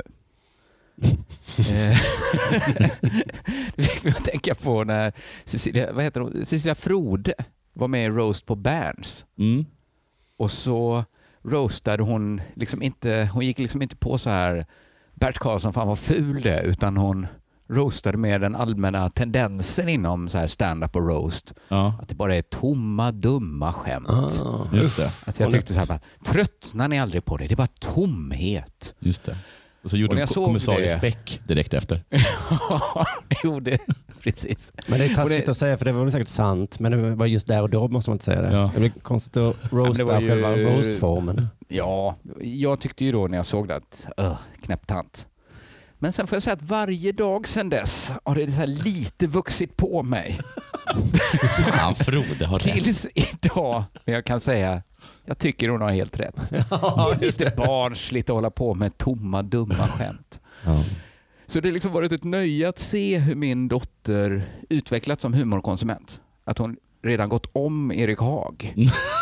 Det fick mig att tänka på när Cecilia, vad heter hon? Cecilia Frode var med i Roast på Berns. Mm. Och så roastade hon liksom inte, hon gick liksom inte på så här Bert Karlsson fan var ful det, utan hon roastade med den allmänna tendensen inom så här stand-up och roast. Ja. Att det bara är tomma, dumma skämt. Ah, just det. Att jag tyckte så här, bara, tröttnar ni aldrig på det? Det är bara tomhet. Just det. Och så gjorde och kommissarie Späck direkt efter. Ja, jo det, precis. Men det är taskigt det, att säga, för det var väl säkert sant. Men det var just där och då måste man inte säga det. Ja. Det blir konstigt att roasta ju, själva roastformen. Ja, jag tyckte ju då när jag såg det att uh, knäpptant. Men sen får jag säga att varje dag sedan dess har det så här lite vuxit på mig. Ja, Frode har rätt. Tills idag, men jag kan säga, jag tycker hon har helt rätt. Ja, det är lite barnsligt att hålla på med tomma, dumma skämt. Ja. Så det har liksom varit ett nöje att se hur min dotter utvecklats som humorkonsument. Att hon redan gått om Erik Haag.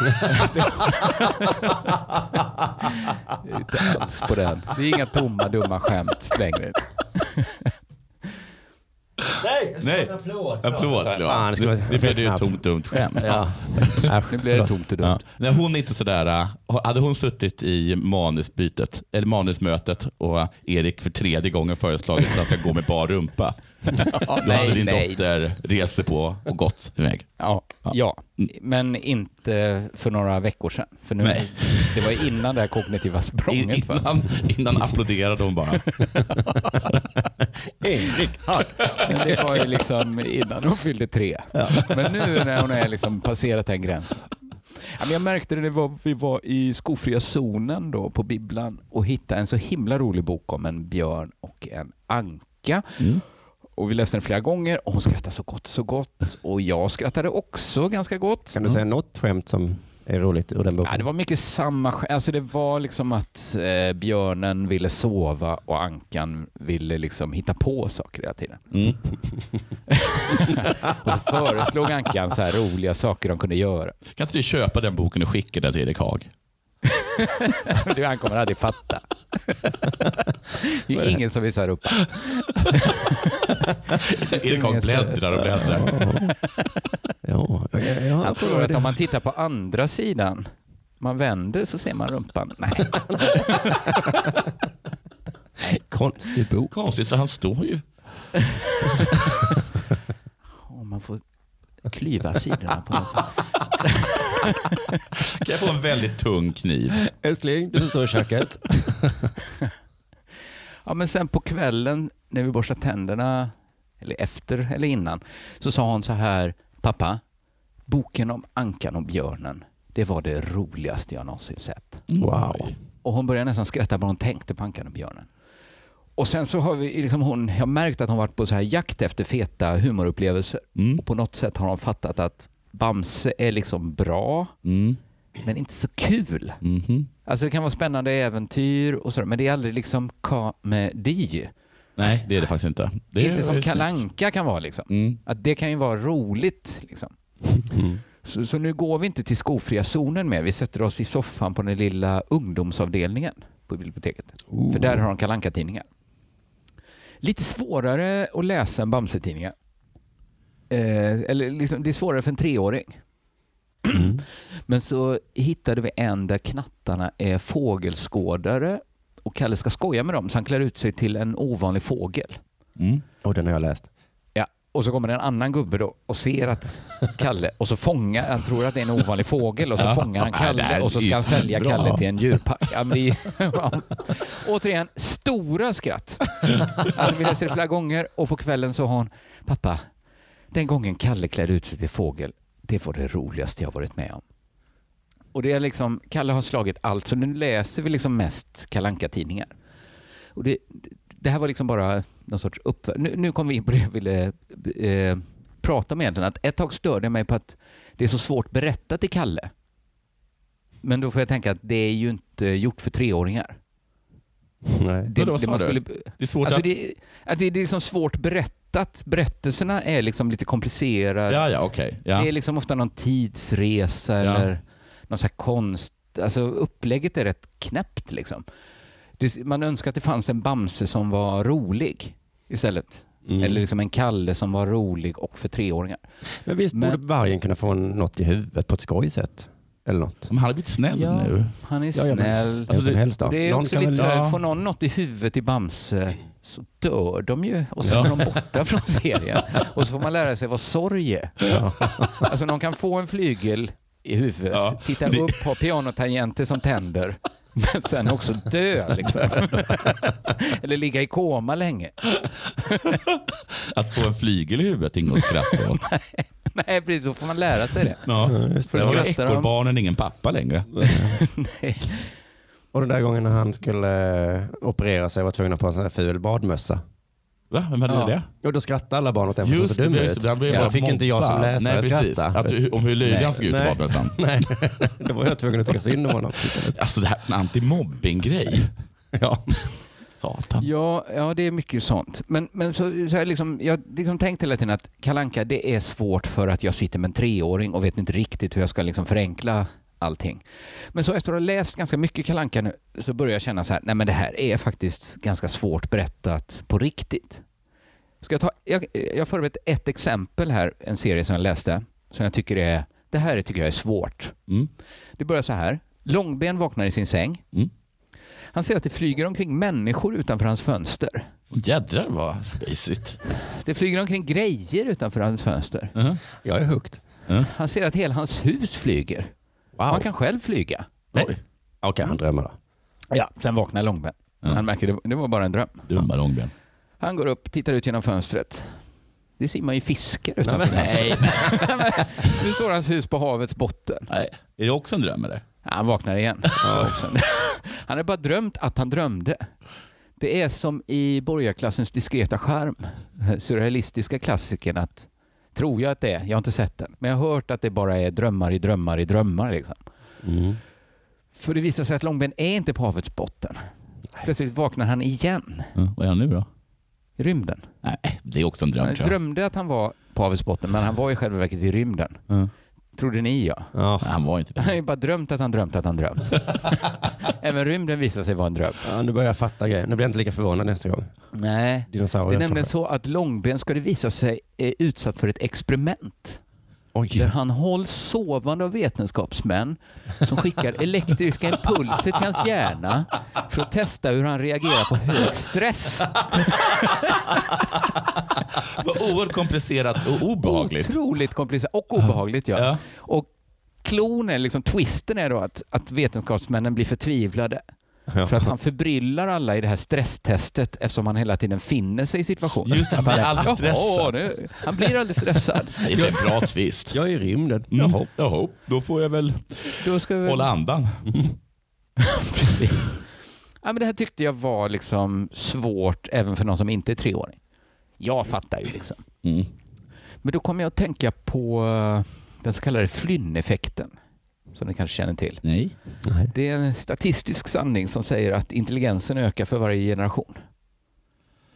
Inte alls på den. Det är inga tomma, dumma skämt längre. Nej, Nej. En applåd. Applåd. Fan, det, det, det blev ju ett tomt, dumt skämt. Ja. Nu blir det tomt och dumt. Ja. Nej, hon är inte sådär. Hade hon suttit i manusbytet eller manusmötet och Erik för tredje gången föreslagit att han ska gå med bar rumpa. Ja, då nej, hade din nej. dotter reser på och gått iväg. Ja, ja. ja, men inte för några veckor sedan. För nu, nej. Det var innan det här kognitiva språnget. In, innan, innan applåderade hon bara. Erik Haag. Men det var ju liksom innan hon fyllde tre. Ja. Men nu när hon är liksom passerat den gränsen. Ja, men jag märkte det, det var, vi var i skofria zonen då på bibblan och hittade en så himla rolig bok om en björn och en anka. Mm. Och vi läste den flera gånger och hon skrattade så gott, så gott. Och jag skrattade också ganska gott. Kan du säga något skämt som är roligt ur den boken? Ja, det var mycket samma skämt. Alltså det var liksom att eh, björnen ville sova och ankan ville liksom hitta på saker hela tiden. Mm. Och så föreslog ankan så här roliga saker de kunde göra. Kan inte du köpa den boken och skicka den till Erik Haag? Du, han kommer aldrig fatta. Det är ingen som vill så här upp. Erik Haag bläddrar och bläddrar. Ja, ja, ja, jag tror att om man tittar på andra sidan, man vänder så ser man rumpan. Nej. Konstig bok. Konstigt, för han står ju. Och man får klyva sidorna på något sätt. Kan jag få en väldigt tung kniv? Älskling, du står i köket. Ja, men sen på kvällen när vi borstar tänderna, eller efter eller innan, så sa hon så här: pappa, boken om ankan och björnen, det var det roligaste jag någonsin sett. Wow. Och hon började nästan skratta när hon tänkte på ankan och björnen. Och sen så har vi liksom hon, jag har märkt att hon varit på så här jakt efter feta humorupplevelser. Mm. Och på något sätt har hon fattat att Bamse är liksom bra, mm. men inte så kul. Mm-hmm. Alltså det kan vara spännande äventyr och så, men det är aldrig liksom komedi. Nej, det är det faktiskt inte. Det inte är, som är Kalle Anka kan vara. Liksom. Mm. Att det kan ju vara roligt. Liksom. Mm. Så, så nu går vi inte till skofria zonen med. Vi sätter oss i soffan på den lilla ungdomsavdelningen på biblioteket. Oh. För där har de Kalle Anka-tidningar. Lite svårare att läsa än Bamse-tidningar. Eh, eller liksom, det är svårare för en treåring. Mm. Men så hittade vi en där knattarna är fågelskådare och Kalle ska skoja med dem så han klär ut sig till en ovanlig fågel. Mm. Och den har jag läst. Ja, och så kommer en annan gubbe då och ser att Kalle och så fångar, han tror att det är en ovanlig fågel och så Ja. fångar han Ja, Kalle det här och så ska han sälja bra. Kalle till en djurpark. Ja, men det, ja. Återigen, stora skratt. Alltså, vi läser det flera gånger och på kvällen så har hon, pappa, den gången Kalle klädde ut sig till fågel, det var det roligaste jag varit med om. Och det är liksom, Kalle har slagit allt, så nu läser vi liksom mest Kalle Anka-tidningar. Och det, det här var liksom bara någon sorts uppvär- nu, nu kom vi in på det jag ville eh, prata med egentligen. Att ett tag störde jag mig på att det är så svårt berättat till Kalle. Men då får jag tänka att det är ju inte gjort för treåringar. Nej. Det, Vadå, det, sa man du? skulle, Det är svårt alltså att... det, att det, det är liksom svårt berättat. Berättelserna är liksom lite komplicerade. Ja, ja, okej. Ja. Det är liksom ofta någon tidsresa Ja. eller någon så här konst. Alltså upplägget är rätt knäppt liksom. Det, man önskar att det fanns en Bamse som var rolig istället. Mm. Eller liksom en Kalle som var rolig och för treåringar. Men visst Men- borde vargen kunna få något i huvudet på ett skojsätt? Eller något? Men han har blivit snäll Ja, nu. han är Ja, ja, men- snäll. Vem Alltså, som det- helst då. Och det är Någon också kan lite så väl... här, Ja. får någon något i huvudet i Bamse så dör de ju och sen Ja. är de borta från serien. Och så får man lära sig vad sorg är. Alltså någon kan få en flygel i huvudet, Ja. titta Det- upp på pianotangenter som tänder, men sen också dö liksom. Eller ligga i koma länge. Att få en flygel i huvudet, inget att skratta åt. Nej, precis, så får man lära sig det. Ja. just För det. då var Skrattar de? ekorrbarnen ingen pappa längre. Nej. Och den där gången när han skulle eh, operera sig var tvungen att ha på en sån här ful badmössa. Va? Vem hade Ja. det? Och då skrattade alla barn åt den för så Just så det, dum just ut. det. Han blev Ja, bara då fick inte jag som mobbad. läsare Nej, precis. skratta. Att du, om hur lydig Nej. han såg ut i Nej. badmössan. Nej, då var jag tvungen att tycka synd om honom. Alltså det här är en antimobbing-grej. Ja. Satan. Ja, ja, det är mycket sånt. Men, men så, så jag, liksom, jag liksom tänkt hela tiden att Kalle Anka, det är svårt för att jag sitter med en treåring och vet inte riktigt hur jag ska liksom förenkla allting. Men så efter att ha läst ganska mycket Kalle Anka nu så börjar jag känna så här, nej men det här är faktiskt ganska svårt berättat på riktigt. Ska jag ta, jag, jag har förberett ett exempel här, en serie som jag läste, som jag tycker är, det här tycker jag är svårt. Mm. Det börjar så här, Långben vaknar i sin säng. Mm. Han ser att det flyger omkring människor utanför hans fönster. Jädrar vad spacigt. Det flyger omkring grejer utanför hans fönster. Uh-huh. Jag är hooked. Han ser att hela hans hus flyger. Wow. Han kan själv flyga. Okej, okay, han drömmer då. Ja, sen vaknar Långben. Ja. Han märker det, det var bara en dröm. Dumma långben. Han går upp, tittar ut genom fönstret. Det simmar ju fiskar utanför. Nej, Nu står hans hus på havets botten. nej. Är det också en dröm eller? Ja, han vaknar igen. Han har bara drömt att han drömde. Det är som i borgarklassens diskreta skärm. Surrealistiska klassikern att, tror jag att det är, jag har inte sett den, men jag har hört att det bara är drömmar i drömmar i drömmar. Liksom. Mm. För det visar sig att Långben är inte på havets botten. Plötsligt vaknar han igen Ja, vad är han nu då? i rymden. Nej, det är också en dröm Han tror jag. drömde att han var på havets botten, men han var i själva verket i rymden. Ja. Trodde ni ja? Ja. Nej, han var inte Han har det. ju bara drömt att han drömt att han drömt. Även rymden visar sig vara en dröm. Ja, nu börjar jag fatta grejen. Nu blir jag inte lika förvånad nästa gång. Nej, det Dinosaurier är nämligen kanske. så att Långben, ska det visa sig, är utsatt för ett experiment. Där Oj. han hålls sovande av vetenskapsmän som skickar elektriska impulser till hans hjärna för att testa hur han reagerar på hög stress. Vad oerhört komplicerat och obehagligt. Otroligt komplicerat och obehagligt, ja. Ja. Och klonen, liksom twisten är då att, att vetenskapsmännen blir förtvivlade. Ja. För att han förbryllar alla i det här stresstestet eftersom han hela tiden finner sig i situationen. Just det, han blir alldeles Jaha, stressad. nu, han blir alldeles stressad. Det är en bra twist. Jag är i rymden. Mm. Jaha. Jaha, då får jag väl Då ska vi... hålla andan. Precis. Ja, men det här tyckte jag var liksom svårt även för någon som inte är treåring. Jag fattar ju liksom. Mm. Men då kommer jag att tänka på eh, den så kallade Flynn-effekten. Som ni kanske känner till. Nej. Nej. Det är en statistisk sanning som säger att intelligensen ökar för varje generation.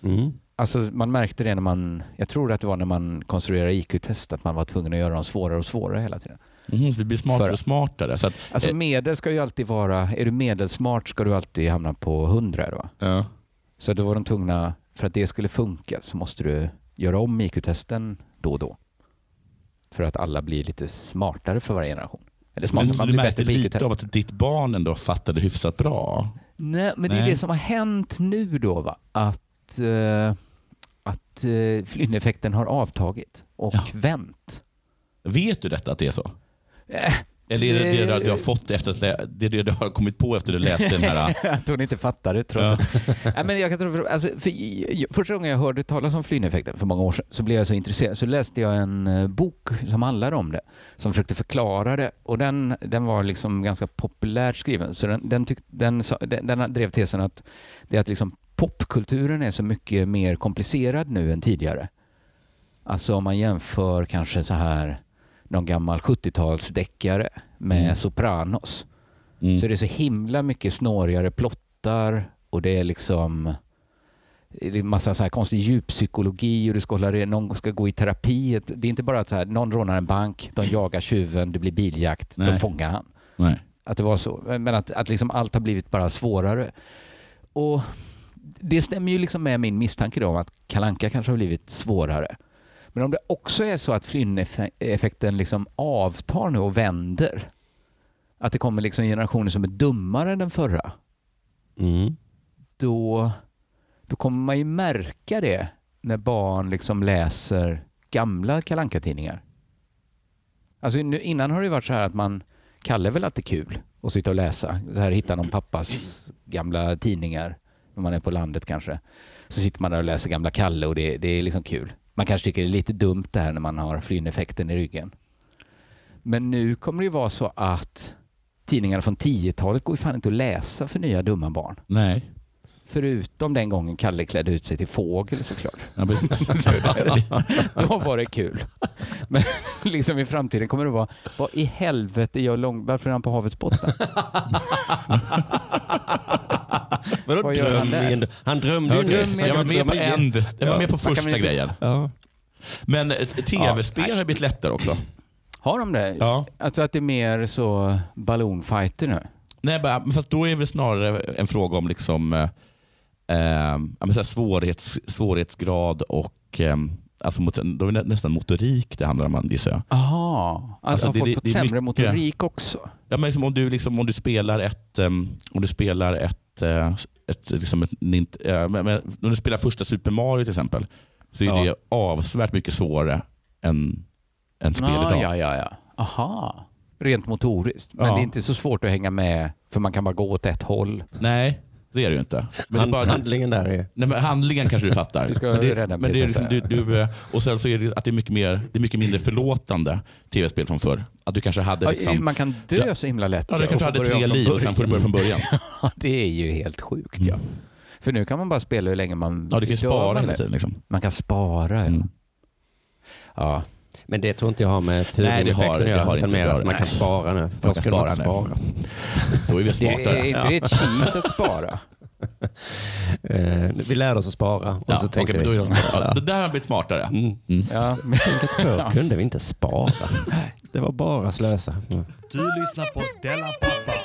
Mm. Alltså man märkte det när man, jag tror att det var när man konstruerade I Q-test, att man var tvungen att göra dem svårare och svårare hela tiden. Mm, så det blir smartare och smartare. Så att, alltså medel ska ju alltid vara, är du medelsmart ska du alltid hamna på hundra då. Ja. Så då var de tvungna, för att det skulle funka så måste du göra om I Q-testen då och då. För att alla blir lite smartare för varje generation. Eller smartare, men man du blir märkte bättre på lite av att ditt barn ändå fattade hyfsat bra? Nej, men det är Nej. det som har hänt nu då, va? Att, uh, att uh, Flynn-effekten har avtagit och ja. vänt. Vet du detta att det är så? Äh, Eller är det det du har fått efter att lä- det, det du har kommit på efter att du läste den här? Att hon inte fattade trots ja. Nej, men jag kan tro, alltså, för, första gången jag hörde talas om Flynn-effekten för många år sedan så blev jag så intresserad. Så läste jag en uh, bok som handlar om det, som försökte förklara det. Och den, den var liksom ganska populärt skriven. Så den, den, tyck, den, den, den drev tesen att, det att liksom popkulturen är så mycket mer komplicerad nu än tidigare. Alltså om man jämför kanske så här någon gammal sjuttiotalsdeckare med mm. Sopranos. Mm. Så det är så himla mycket snårigare plottar och det är liksom det är massa så här konstig djuppsykologi och du ska hålla, någon ska gå i terapi. Det är inte bara att så här, någon rånar en bank, de jagar tjuven, det blir biljakt, Nej. de fångar han. Nej. Att det var så. Men att, att liksom allt har blivit bara svårare. Och det stämmer ju liksom med min misstanke då om att Kalle Anka kanske har blivit svårare. Men om det också är så att Flynn-effekten liksom avtar nu och vänder, att det kommer liksom generationer som är dummare än den förra, mm. då, då kommer man ju märka det när barn liksom läser gamla Kalle Anka-tidningar. Alltså nu, innan har det varit så här att man Kalle är väl alltid kul att sitta och läsa. Så här hittar någon pappas gamla tidningar när man är på landet kanske. Så sitter man där och läser gamla Kalle och det, det är liksom kul. Man kanske tycker det är lite dumt det här när man har Flynn-effekten i ryggen. Men nu kommer det ju vara så att tidningarna från tiotalet går ju fan inte att läsa för nya dumma barn. Nej. Förutom den gången Kalle klädde ut sig till fågel såklart. Ja, Då var det kul. Men liksom i framtiden kommer det vara, vad i helvete gör lång... Varför är han på havets botten? Vadå vad gör han där? Han, han drömde ju nyss. Jag var med på en. Jag var med på första inte... grejen. Ja. Men tv-spel ja, har blivit lättare också. Har de det? Ja. Alltså att det är mer så ballonfighter nu? Nej, men fast då är det väl snarare en fråga om liksom, eh, eh, så här svårighets, svårighetsgrad och eh, alltså mot, då är det nästan motorik det handlar om, gissar jag. Aha, alltså, alltså har folk fått sämre mycket, motorik också? Ja, men liksom om, du liksom, om du spelar ett, um, om du spelar ett, uh, ett, liksom ett uh, men, men, om du spelar första Super Mario till exempel, så är ja. det avsevärt mycket svårare än, än spel ah, idag. Ja, ja, ja. Aha. Rent motoriskt. Men ja. det är inte så svårt att hänga med för man kan bara gå åt ett håll. Nej, det är det ju inte. Men Hand, det bara, handlingen där är... Nej, men handlingen kanske du fattar. Du ska men det, rädda men det är liksom, du, du, och sen så är det att det är mycket, mer, det är mycket mindre förlåtande tv-spel från förr. Att du kanske hade liksom, man kan dö ja, så himla lätt. Ja, du kanske hade tre liv och sen får du börja från början. Det är ju helt sjukt. Ja. Mm. För nu kan man bara spela hur länge man Ja, du kan spara hela tiden. Liksom. Man kan spara, ja. Mm. Ja. Men det tror inte jag har med turingeffekten att göra, utan mer att man kan spara nu. Man kan spara, spara. Då är vi smartare. Det är inte det ett cheat att spara? eh, vi lärde oss att spara. Och ja, så okay, vi, då är det, ja. Det där har blivit smartare. Mm. Mm. Ja. Tänk att förr ja. kunde vi inte spara. Det var bara slösa. Mm. Du lyssnar på Della Pappa.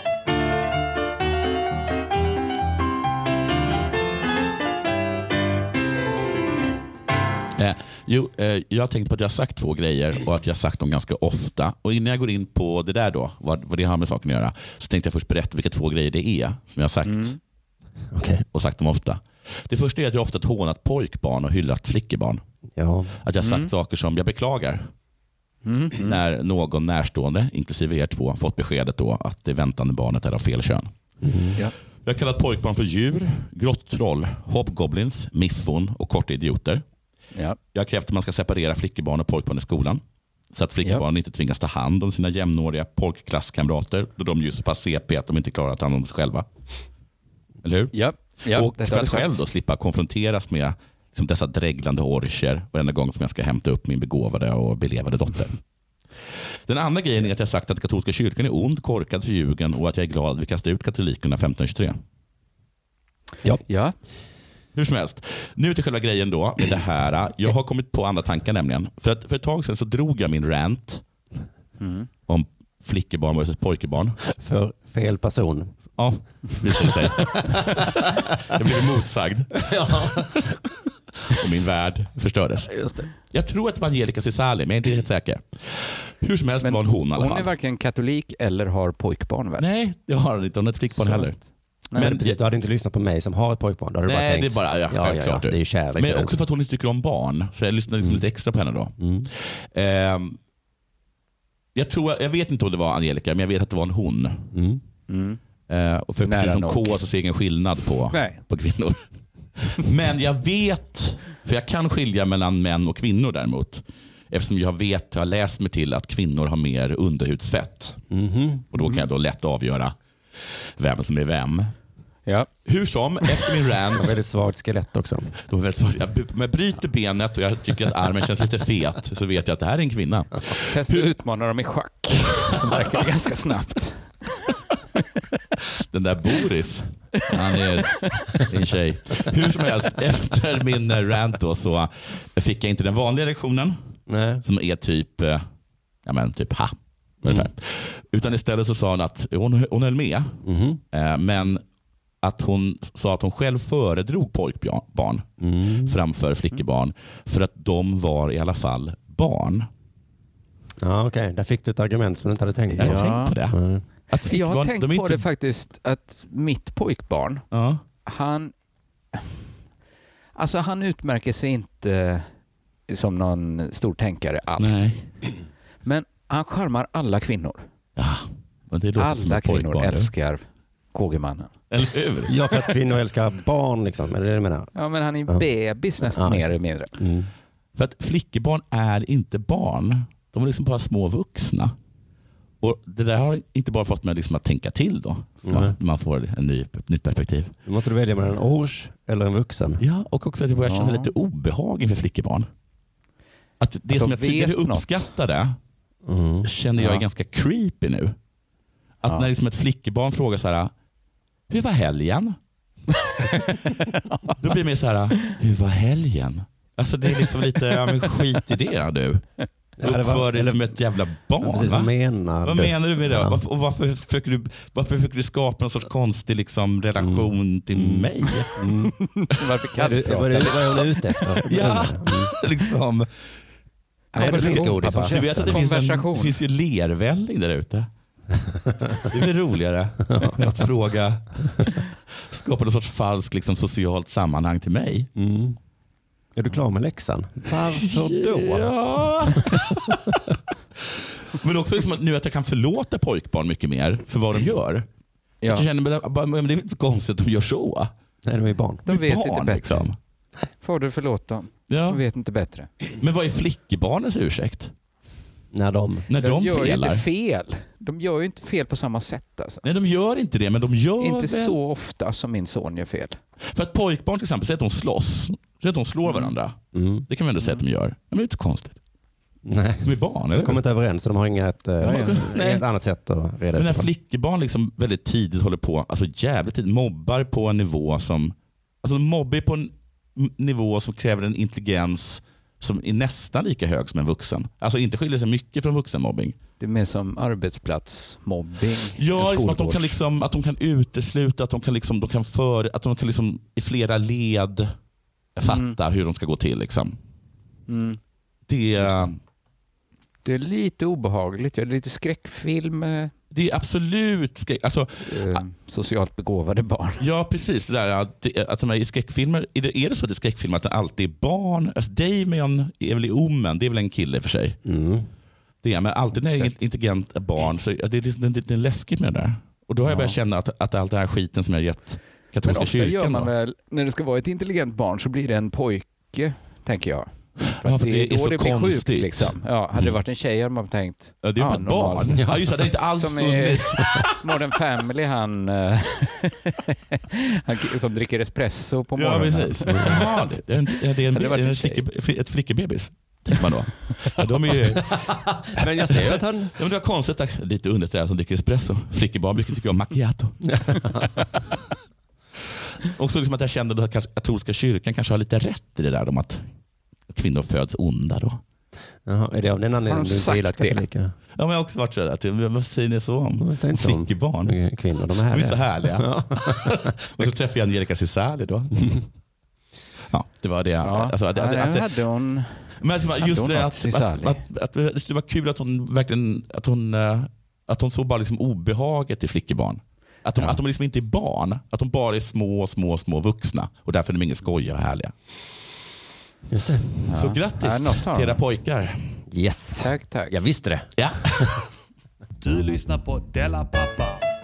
Eh, jo, eh, jag tänkte på att jag har sagt två grejer och att jag har sagt dem ganska ofta. Och innan jag går in på det där då, vad, vad det har med saken att göra, så tänkte jag först berätta vilka två grejer det är som jag har sagt mm. okay. och sagt dem ofta. Det första är att jag ofta har hånat pojkbarn och hyllat flickebarn. Ja. Att jag har sagt mm. saker som jag beklagar. Mm. Mm. När någon närstående, inklusive er två, fått beskedet då att det väntande barnet är av fel kön. Mm. Ja. Jag har kallat pojkbarn för djur, grotttroll, hobgoblins, miffon och korta idioter. Ja. Jag har krävt att man ska separera flickebarn och pojkbarn i skolan. Så att flickebarn ja. inte tvingas ta hand om sina jämnåriga pojkklasskamrater. Då de är ju så pass C P att de inte klarar att ta hand om sig själva. Eller hur? Ja. Ja, och för att själv då slippa konfronteras med liksom dessa dreglande orcher varenda gång som jag ska hämta upp min begåvade och belevade dotter. Den andra grejen är att jag sagt att katolska kyrkan är ond, korkad, förljugen och att jag är glad att vi kastar ut katolikerna femton tjugotre. Ja. Ja. Hur som helst. Nu till själva grejen då med det här. Jag har kommit på andra tankar nämligen. För att för ett tag sedan så drog jag min rant mm. om flickebarn versus pojkebarn. För fel person. Ja, visar det sig. Jag blev motsagd. Ja. Och min värld förstördes. Just det. Jag tror att det var Angelica Cesali, men jag är inte helt säker. Hur som helst men var hon i alla fall. Hon är varken katolik eller har pojkbarn väl? Nej, jag har inte. Hon är ett flickbarn så. Heller. Nej, men precis, du hade inte lyssnat på mig som har ett pojkbarn. Då hade nej, du bara tänkt, det är bara, ja, ja, ja, ja, det är ju kärlek. Men också för att hon inte tycker om barn. Så jag lyssnade liksom mm. lite extra på henne då. Mm. Eh, jag, tror, jag vet inte om det var Angelica, men jag vet att det var en hon. Mm. Mm. Eh, och för precis som nog. K så ser jag ingen skillnad på, på kvinnor. Men jag vet, för jag kan skilja mellan män och kvinnor däremot. Eftersom jag vet, jag har läst mig till att kvinnor har mer underhudsfett. Mm-hmm. Och då kan jag då lätt avgöra vem som är vem. Ja. Hur som, efter min rant... Det var väldigt svagt skelett också. Det var väldigt svagt. Jag, jag bryter benet och jag tycker att armen känns lite fet. Så vet jag att det här är en kvinna. Testa att utmana dem i schack. Som verkar ganska snabbt. Den där Boris, han är en tjej. Hur som helst, efter min rant då så fick jag inte den vanliga lektionen. Nej. Som är typ, ja men typ ha. Mm. Utan istället så sa hon att hon, hon höll med. Mm. Men att hon sa att hon själv föredrog pojkbarn mm. framför flickebarn. För att de var i alla fall barn. Ja okej, okay. Där fick du ett argument som du inte hade tänkt på. Jag hade tänkt på det. Mm. Att jag har tänkt de på inte... det faktiskt att mitt pojkbarn, ja. han alltså han utmärker sig inte som någon stor tänkare alls. Nej. Men han charmar alla kvinnor. Ja, men det alla kvinnor älskar K G-mannen. Eller hur? Ja, för att kvinnor älskar barn liksom, är det det du menar? Ja, men han är ja. bebis nästan ja, mer eller mindre. Mm. För att flickebarn är inte barn. De är liksom bara små vuxna. Och det där har inte bara fått mig liksom att tänka till då. Mm. Man får en ny, ett nytt perspektiv. Du måste du välja mellan en års eller en vuxen. Ja, och också att jag börjar känna ja. lite obehag inför flickebarn. Att det att som jag tidigare uppskattade mm. känner jag ja. är ganska creepy nu. Att ja. när liksom ett flickebarn frågar så här: hur var helgen? Då blir det mer så här: hur var helgen? Alltså det är liksom lite, ja men skit i det du. Uppför dig som ett jävla barn. Ja, precis, vad menar vad du? menar du med det? Ja. Varför, och varför, försöker du, varför försöker du skapa en sorts konstig liksom, relation mm. till mm. mig? Mm. Varför kan du Vad är hon ute efter? Ja, mm. liksom. Nej, det ska godis. Du vet att det finns, en, det finns ju lervälling där ute. Det är väl roligare att fråga, skapa en sorts falsk liksom, socialt sammanhang till mig. Mm. Är du klar med läxan? Varför då? Ja. Men också liksom att nu att jag kan förlåta pojkbarn mycket mer för vad de gör. Ja. Jag känner, men det är inte så konstigt att de gör så. Nej, de är barn. De vet barn, inte bättre. Liksom. Får du förlåta dem? Ja. De vet inte bättre. Men vad är flickebarnens ursäkt? När de, när de, de gör felar. ju inte fel. De gör ju inte fel på samma sätt. Alltså. Nej, de gör inte det, men de gör inte väl... så ofta som min son gör fel. För att pojkbarn till exempel säger att de slåss. Så att de slår varandra. Mm. Det kan man ändå säga att de gör. Men det är inte konstigt. Nej. De är barn, eller? De kommer inte överens, så de har inget, ja, ja. ett annat sätt att reda ut. Men när flickebarn liksom väldigt tidigt håller på, alltså jävligt tidigt, mobbar på en nivå som, alltså de mobbar på en nivå som kräver en intelligens som är nästan lika hög som en vuxen. Alltså inte skiljer sig mycket från vuxenmobbing. Det är mer som arbetsplatsmobbing. Ja, liksom att de kan liksom, att de kan utesluta, att de kan liksom, de kan för, att de kan liksom i flera led fatta mm. hur de ska gå till liksom. Mm. Det det är lite obehagligt. Det är lite skräckfilm. Det är absolut skräck. Alltså, eh, socialt begåvade barn. Ja, precis. Det där, att, att de är i skräckfilmer, är det, är det så att det är skräckfilmer att det alltid är barn? Alltså, Damien är väl i Omen, det är väl en kille för sig. Mm. Det är, men alltid när det är intelligent barn så det är det, det, det är läskigt med det där. Och då har jag ja. börjat känna att, att allt det här skiten som jag gett katolska kyrkan. Men ofta gör man väl, när det ska vara ett intelligent barn så blir det en pojke, tänker jag. Ja, för det, det är, är så det konstigt. Sjukt, liksom. Ja, hade mm. det varit en tjej hade man tänkt... Ja, det är bara ett barn. Ja, just det, det är inte alls som funnits. Modern Family, han, han som dricker espresso på morgonen. Ja, precis. Ja, det är, en, det är, en, det är en flicke, ett flickebebis. Tänker man då. Ja, de är ju... Men jag ser att han... Ja, men det var konstigt att lite underligt där som dricker espresso. Flickebarn brukar tycka om macchiato. också liksom att jag kände att katolska kyrkan kanske har lite rätt i det där om att kvinnor föds onda då. Jaha, är det av den anledningen du inte gillar katoliker? Ja, men jag har också varit så där. Vad säger ni så om flickebarn? Kvinnor, de är härliga. De är så härliga. Ja. Och så träffade jag Angelica Cesali då. Ja, det var det. Ja, alltså, att, ja, att, att, hade hon... Men just det att, att, att, att, att det var kul att hon verkligen att hon, att hon såg bara liksom obehaget i flickebarn. Att de, ja. att de liksom inte är barn. Att de bara är små, små, små vuxna. Och därför är de ingen skojiga och härliga. Just det. Ja. Så grattis ja, till era pojkar. Yes. Tack, tack. Jag visste det. Ja. Du lyssnar på Della Pappa.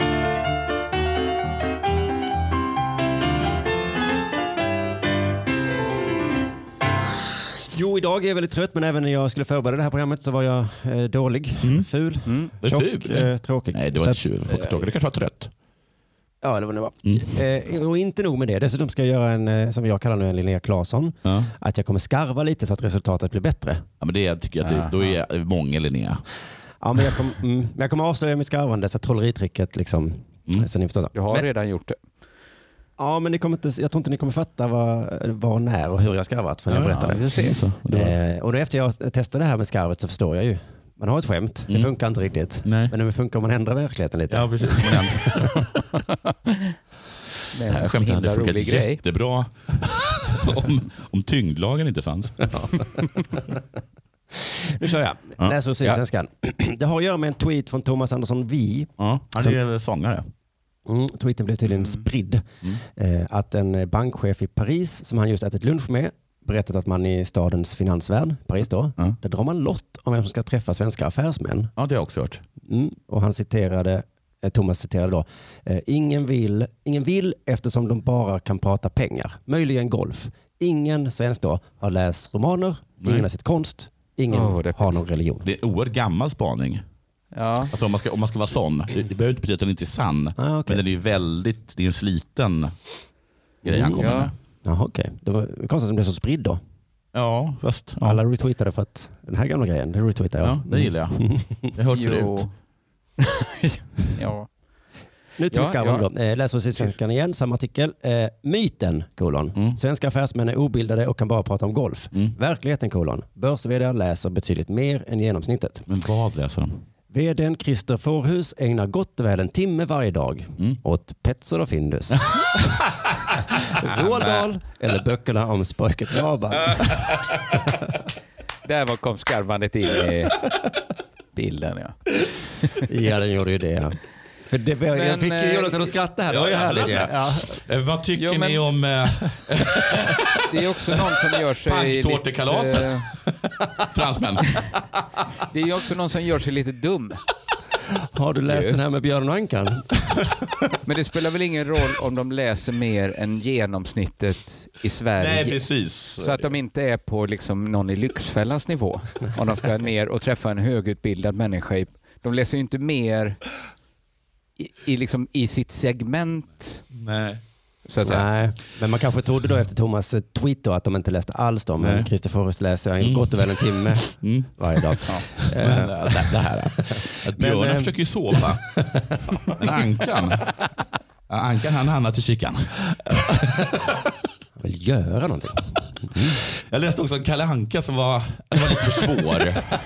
Jo, idag är jag väldigt trött, men även när jag skulle förbereda det här programmet så var jag eh, dålig, mm. ful, mm. tjock, ful, eh, tråkig. Nej, det var inte tjuv. Folk tråkig. Det kanske var trött. Ja, det var det var. Mm. Eh, och inte nog med det. Dessutom ska jag göra en, eh, som jag kallar nu, en Linnea Claesson. Ja. Att jag kommer skarva lite så att resultatet blir bättre. Ja, men det jag tycker jag att det, då är många Linnea. Ja, men jag, kom, mm, men jag kommer avslöja mitt skarvande så att trolleritricket liksom. Mm. Så ni förstår. Jag har men, redan gjort det. Ja, men ni kommer inte, jag tror inte ni kommer fatta vad, vad när och hur jag skarvat för när jag berättar ja, det. det. Så. Eh, och då efter jag testade det här med skarvet så förstår jag ju. Man har ett skämt, mm. det funkar inte riktigt. Nej. Men det funkar om man ändrar verkligheten lite. Ja, precis. Det här skämtet hade funkat jättebra om, om tyngdlagen inte fanns. Nu kör jag. Ja. Läser och Sydsvenskan. Ja. Det har att göra med en tweet från Thomas Andersson Vi. Ja, han är sångare. Mm, tweeten blev tydligen mm. spridd. Mm. Eh, att en bankchef i Paris som han just ätit lunch med berättat att man i stadens finansvärld, Paris då, mm. där drar man lott om vem som ska träffa svenska affärsmän. Ja, det har jag också hört. Mm, och han citerade, eh, Thomas citerade då, eh, ingen, vill, ingen vill eftersom de bara kan prata pengar. Möjligen golf. Ingen svensk då har läst romaner, Nej. ingen har sett konst, ingen oh, har någon religion. Det är en oerhört gammal spaning. Ja. Alltså om man ska, om man ska vara sån, det, det behöver inte betyda att den inte är sann, ah, okay. men den är ju väldigt, det är en sliten grej han kommer ja. med. Jaha, okej. Okay. Det var konstigt att den blev så spridd då. Ja, fast... Ja. Alla retweetade för att den här gamla grejen, det retweetar jag. Ja, det gillar jag. Jag har hört förut. Ja. Nu till ja, skarven ja. då. Eh, läser Sydsvenskan igen, samma artikel. Eh, myten, kolon. Mm. Svenska affärsmän är obildade och kan bara prata om golf. Mm. Verkligheten, kolon. Börs-vd läser betydligt mer än genomsnittet. Men vad läser de? Vdn Christer Fårhus ägnar gott och väl en timme varje dag mm. åt Petzl och Findus. Roald Dahl eller böckerna om spöket Laban. Där var kom skarvandet in i bilden. Ja, ja den gjorde ju det. Ja. För det, jag men, fick ju Jonathan att skratta här. Det var ju härligt. Ja. Ja. Vad tycker jo, men, ni om... det är också någon som gör sig... Panktårtekalaset. Lite, fransmän. Det är ju också någon som gör sig lite dum. Har du läst den här med Björn och Ankan? Men det spelar väl ingen roll om de läser mer än genomsnittet i Sverige. Nej, precis. Så att de inte är på liksom någon i Lyxfällans nivå. Om de ska ner och träffa en högutbildad människa. De läser ju inte mer... I, i, liksom, i sitt segment. Nej. Så att Nej, men man kanske trodde då efter Thomas tweet då att de inte läste alls då, men Christer Fårhus läser mm. gott och väl en timme mm. varje dag. Ja. Men, det, det här att Björn men, försöker ju sova. Men Ankan Ankan han hamnar till kikan. Jag vill göra någonting. Mm. Jag läste också Kalle Anka som var, det var lite för svår.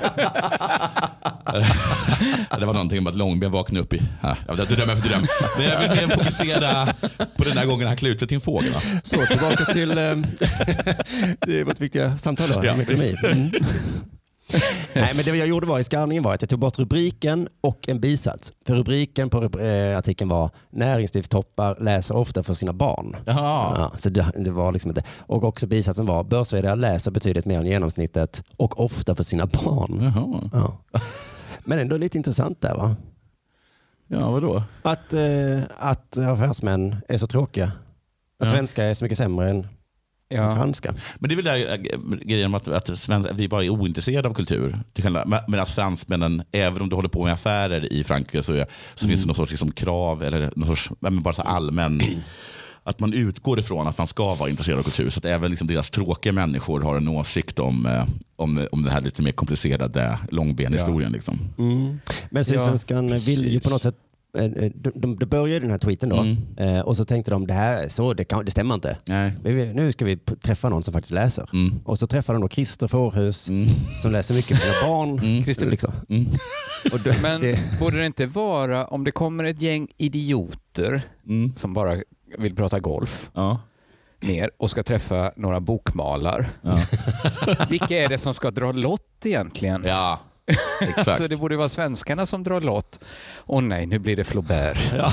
Det var någonting om att Långben vaknade upp i... Ja, jag drömmer efter dröm. Men jag vill mer fokusera på den där gången han klutade till en fågel. Va? Så tillbaka till ähm, det är vårt viktiga samtal då. Ja, mm. Nej, men det jag gjorde var i skarvningen var att jag tog bort rubriken och en bisats. För rubriken på äh, artikeln var näringslivstoppar läser ofta för sina barn. Ja, så det, det var liksom inte. Och också bisatsen var börs-vd läser betydligt mer än genomsnittet och ofta för sina barn. Ja. Men ändå lite intressant där, va? Ja, vadå? Att, äh, att affärsmän är så tråkiga. Att ja. Svenska är så mycket sämre än ja. franska. Men det är väl där grejen om att, att svenska, vi bara är ointresserade av kultur. Men att fransmännen, även om du håller på med affärer i Frankrike så, är, så mm. finns det någon sorts liksom, krav eller någon sorts, bara så allmän att man utgår ifrån att man ska vara intresserad av kultur. Så att även liksom, deras tråkiga människor har en åsikt om, om, om den här lite mer komplicerade långbenhistorien. Ja. Liksom. Mm. Men Sydsvenskan ja. vill ju på något sätt de, de, de började den här tweeten då mm. och så tänkte de det här så det, kan, det stämmer inte. Nej. Nu ska vi träffa någon som faktiskt läser. Mm. Och så träffade de då Christer Fårhus mm. som läser mycket för sina barn. Mm. Liksom. Mm. Och då, Men det... borde det inte vara om det kommer ett gäng idioter mm. som bara vill prata golf ja. ner och ska träffa några bokmalar. Ja. Vilka är det som ska dra lott egentligen? Ja. Exakt. Så det borde vara svenskarna som drar lott. Åh nej, nu blir det Flaubert. Ja.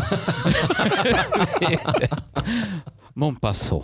Montpassot.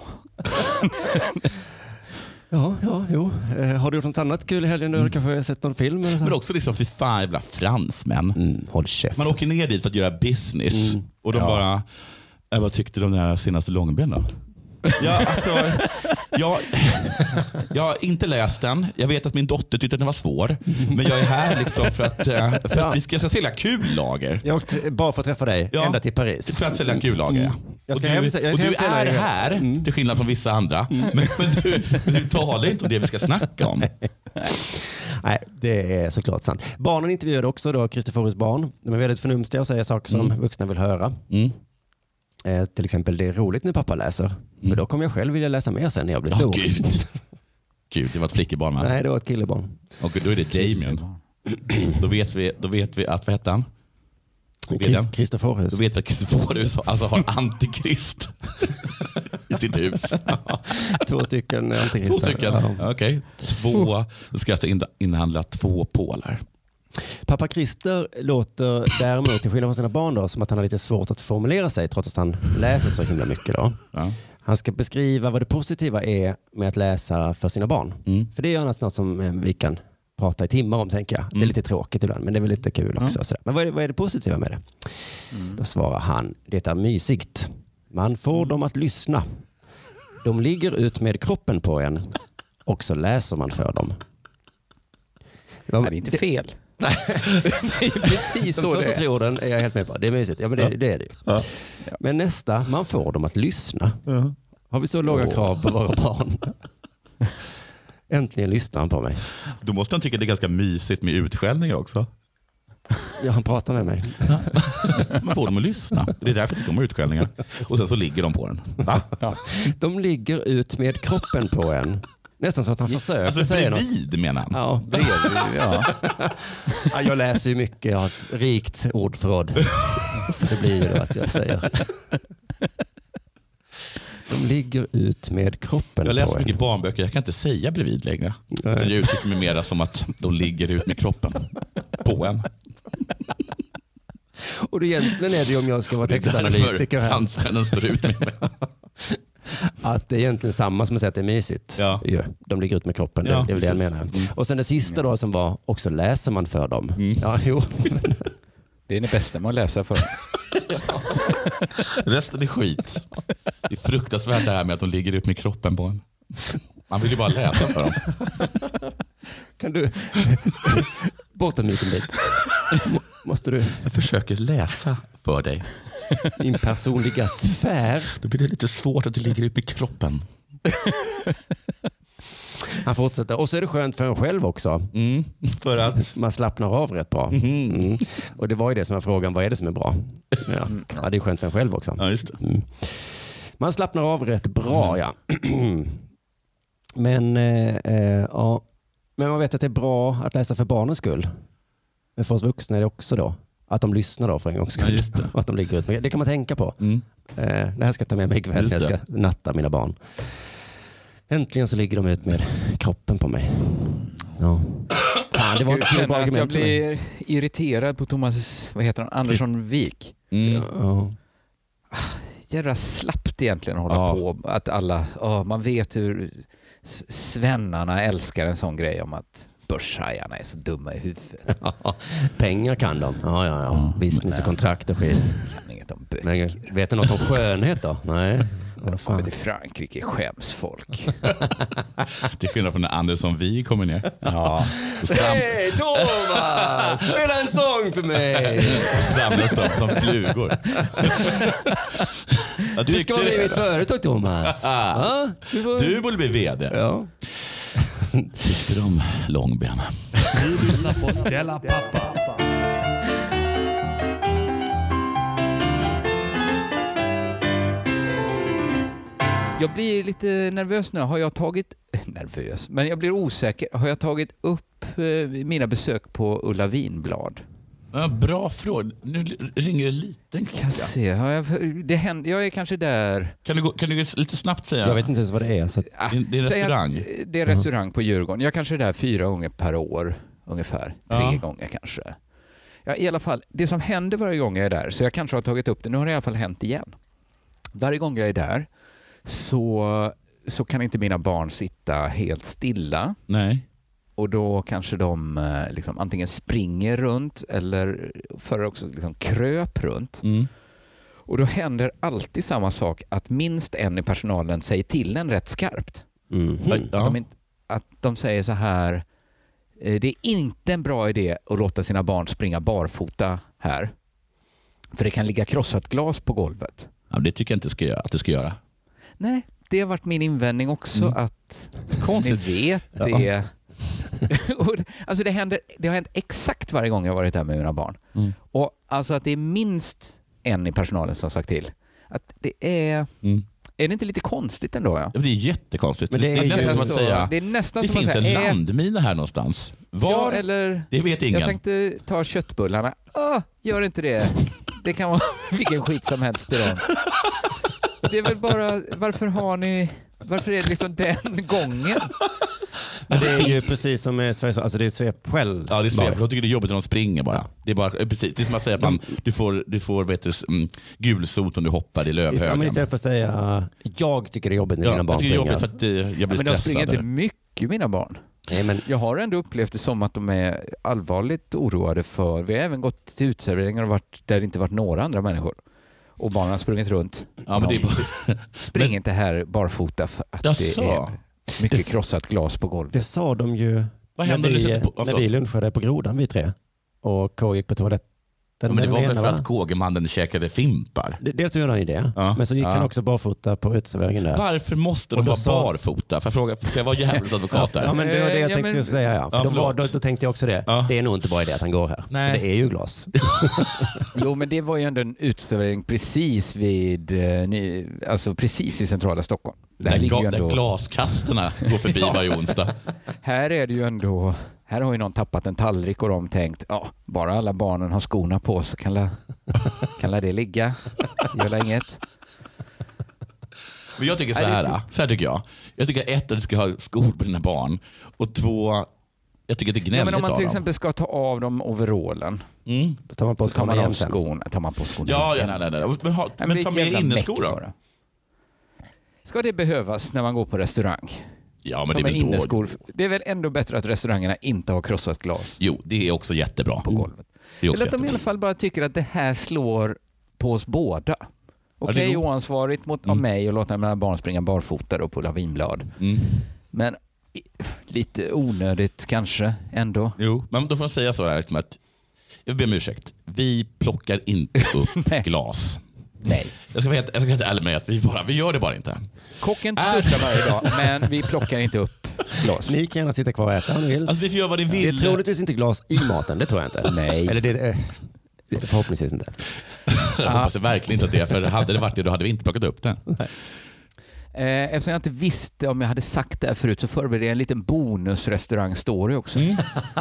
Ja, ja, jo. Eh, har du gjort något annat kul i helgen? Du har mm. kanske sett någon film? Eller så? Men också liksom för fan jävla fransmän. Mm, håll käft. Man åker ner dit för att göra business. Mm. Och de ja. bara, äh, vad tyckte du om den här senaste långben då? Ja, alltså, jag, jag har inte läst den. Jag vet att min dotter tyckte att den var svår. Men jag är här liksom för att, för att vi ska sälja kullager. Jag åkte bara för att träffa dig ja, ända till Paris. För att sälja kullager, ja. Jag ska och du, hem, jag och ska du är här, mm. till skillnad från vissa andra. Mm. Men, men, du, men du talar inte om det vi ska snacka om. Nej, det är såklart sant. Barnen intervjuade också då Christer Fårhus barn. De är väldigt förnumstiga och säger saker som mm. vuxna vill höra. Mm. Eh, till exempel, det är roligt när pappa läser. Mm. För då kommer jag själv vilja läsa mer sen när jag blir stor. Oh, Gud. Gud, det var ett flickebarn. Man. Nej, det var ett killebarn. Och då är det Damien. då, vet vi, då vet vi att, vad heter han? Christer Fårhus. Då vet vi att Christer Fårhus alltså har antikrist i sitt hus. Två stycken antikrist. Två stycken, ja. Okej. Okay. Två, då ska jag alltså inhandla två pålar. Pappa Christer låter däremot, till skillnad från sina barn då, som att han har lite svårt att formulera sig trots att han läser så himla mycket då. Ja. Han ska beskriva vad det positiva är med att läsa för sina barn. Mm. För det är annars något som vi kan prata i timmar om, tänker jag. Mm. Det är lite tråkigt ibland, men det är väl lite kul också. Mm. Men vad är, vad är det positiva med det? Mm. Då svarar han, det är mysigt. Man får mm. dem att lyssna. De ligger ut med kroppen på en och så läser man för dem. De, det är inte fel. Nej. Det är precis så det är. Tre orden är jag helt med på. Det är mysigt. Ja, men det, ja. det är det. Ja. Men nästa, man får dem att lyssna. Ja. Har vi så låga oh. krav på våra barn? Äntligen lyssnar han på mig. Då måste han tycka det är ganska mysigt med utskällningar också. Ja, han pratar med mig. Ja. Man får dem att lyssna. Det är därför det kommer utskällningar. Och sen så ligger de på den. Va? Ja. De ligger ut med kroppen på en. Nästan så att han försöker alltså, säga något. Bredvid menar han. Ja, bredvid. Ja. Ja, jag läser ju mycket. Jag har ett rikt ordförråd. Så det blir ju då att jag säger. De ligger ut med kroppen. Jag läser mycket barnböcker. Jag kan inte säga bredvid längre. Jag uttrycker mig mera som att de ligger ut med kroppen på en. Och då egentligen är det ju, om jag ska vara textanalytiker här. Fransmännen står ut med mig. Att det är egentligen samma som att säga att det är mysigt. Ja. Ja, de ligger ut med kroppen, ja, det är väl det jag menar. Mm. Och sen det sista då som var, också läser man för dem. Mm. Ja, jo. Det är det bästa man läser för. Ja. Resten är skit. Det är fruktansvärt det här med att de ligger ut med kroppen på en. Man vill ju bara läsa för dem. Kan du bort en liten bit? Måste du? Jag försöker läsa för dig. Min personliga sfär. Då blir det lite svårt att du ligger ut med kroppen. Han fortsätter. Och så är det skönt för en själv också. Mm, för att man slappnar av rätt bra. Mm. Mm. Och det var ju det som var frågan. Vad är det som är bra? Ja, ja det är skönt för en själv också. Ja, just det. Mm. Man slappnar av rätt bra, ja. Men, eh, eh, ja. Men man vet att det är bra att läsa för barnens skull. Men för oss vuxna är det också då. Att de lyssnar då för en gångs skull. Ja, att de ligger ut med. Det kan man tänka på. Mm. Eh, det här ska jag ta med mig ikväll. Jag ska natta mina barn. Äntligen så ligger de ut med kroppen på mig. Ja. Fan, det var ett kul argument. Jag blir irriterad på Thomas, vad heter han? Andersson Wik. Mm. Ja. Jävla slappt egentligen att hålla ja. på. Att alla, oh, man vet hur svennarna älskar en sån grej om att börshajarna är så dumma i huvudet. Pengar kan de. Ja, ja, ja. Mm. Business och kontrakt och skit. Kan inget om böcker. Men, vet du något om skönhet då? Nej. De kommer till Frankrike, skäms folk. Till skillnad från när Andersson Vi kommer ner. Ja. Hej Thomas! Spela en sång för mig! Samlas de som flugor. Du ska vara med i mitt företag, Thomas. Ja, du borde bli vd. Ja. Tyckte du om långben? Du lyssnar på Della Pappa. Jag blir lite nervös nu. Har jag tagit... Nervös, men jag blir osäker. Har jag tagit upp eh, mina besök på Ulla Vinblad? Ja, bra fråga. Nu ringer det lite. Kan jag se. Har jag, det händer, jag är kanske där. Kan du, gå, kan du lite snabbt säga? Jag vet inte ens vad det är. Så att... ah, det, det är restaurang. Det är restaurang på Djurgården. Jag kanske är där fyra gånger per år. Ungefär. Tre ja. gånger kanske. Ja, i alla fall, det som händer varje gång jag är där, så jag kanske har tagit upp det, nu har det i alla fall hänt igen. Varje gång jag är där så, så kan inte mina barn sitta helt stilla. Nej. Och då kanske de liksom, antingen springer runt eller förr också liksom, kröp runt. Mm. Och då händer alltid samma sak, att minst en i personalen säger till en rätt skarpt. Mm. Att, de, att de säger så här: det är inte en bra idé att låta sina barn springa barfota här. För det kan ligga krossat glas på golvet. Ja, det tycker jag inte ska göra, att det ska göra. Nej, det har varit min invändning också. Mm. Att konstigt. Ni vet ja. det. Alltså det, händer, det har hänt exakt varje gång jag har varit där med mina barn. Mm. Och alltså att det är minst en i personalen som sagt till. Att det är... Mm. Är det inte lite konstigt ändå? Ja? Ja, det är jättekonstigt. Men det är, det är nästan ju... som att säga, det, är nästan det som finns att säga, en landmina här någonstans. Var? Ja, eller, det vet ingen. Jag tänkte ta köttbullarna. Åh, gör inte det. Det kan vara vilken skit som helst till dem. Det är väl bara, varför har ni, varför är det liksom den gången? Men det är ju precis som med Sveriges, alltså det är svep själv. Ja, det är svep. Jag tycker det är jobbigt när de springer bara. Det är bara precis, det är som att säga att man, du får, du får vet du, mm, gulsot om du hoppar i lövhögen. Men istället för att säga, jag tycker det är jobbigt när ja, mina barn springer. springer. För att, uh, jag blir ja, men stressad. de springer inte mycket, mina barn. Nej, men... Jag har ändå upplevt det som att de är allvarligt oroade för, vi har även gått till utserveringar och varit, där det inte varit några andra människor. Och barnen har sprungit runt. Ja, men det är bara... Spring men... inte här barfota för att jag det sa. är mycket det... krossat glas på golvet. Det sa de ju Vad när, vi, på... när vi lunchade på Grodan, vi tre. Och K gick på toaletten. Ja, men det var väl för att Kågemannen käkade fimpar. Dels gjorde han ju det. Ja. Men så gick ja. han också barfota på uteserveringen där. Varför måste de vara sa... barfota? För jag, fråga, för jag var djävulens advokat där. Ja, men det var det jag ja, tänkte men... säga. Ja. För ja, då, var, då, då tänkte jag också det. Ja. Det är nog inte bra idé att han går här. Nej. För det är ju glas. Jo, men det var ju ändå en uteservering precis vid ny, alltså precis i centrala Stockholm. Där, där, ga, ändå... där glaskasterna går förbi ja. varje onsdag. Här är det ju ändå... Här har ju någon tappat en tallrik och de tänkt, ja, bara alla barnen har skorna på så kan la, kan la det ligga. Gör inget. Men jag tycker så här, så här tycker jag. Jag tycker ett, att du ska ha skor på dina barn. Och två, jag tycker att det är gnälligt ja, men om man till av exempel ska ta av dem overallen. Mm. Då tar man på skorna igen sen. Skorna, tar man på skorna ja, ja, nej, nej, nej. Men, ha, men, men ta med inneskor då. Bara. Ska det behövas när man går på restaurang? Ja, men det är, väl inneskor. Det är väl ändå bättre att restaurangerna inte har krossat glas. Jo, det är också jättebra. På golvet. Det är också eller att de i alla fall bara tycker att det här slår på oss båda. Okej, okay, ja, oansvarigt mot mm. mig och låta mina barn springa barfota på Ulla Vinblad. Mm. Men lite onödigt kanske ändå. Jo, men då får jag säga så här liksom att jag ber om ursäkt. Vi plockar inte upp glas. Nej. Jag ska vara helt, jag ska vara helt ärlig med att vi, bara, vi gör det bara inte. Kocken duschar varje dag, men vi plockar inte upp glas. Ni kan gärna sitta kvar och äta om ni vill. Alltså vi får göra vad ni vill. Det är troligtvis inte glas i maten, det tror jag inte. Nej. Eller det, eh, förhoppningsvis inte. Jag hoppas verkligen inte att det är, för hade det varit det då hade vi inte plockat upp det. Nej. Eftersom jag inte visste om jag hade sagt det här förut så förberedde jag en liten bonusrestaurang-story också. Mm.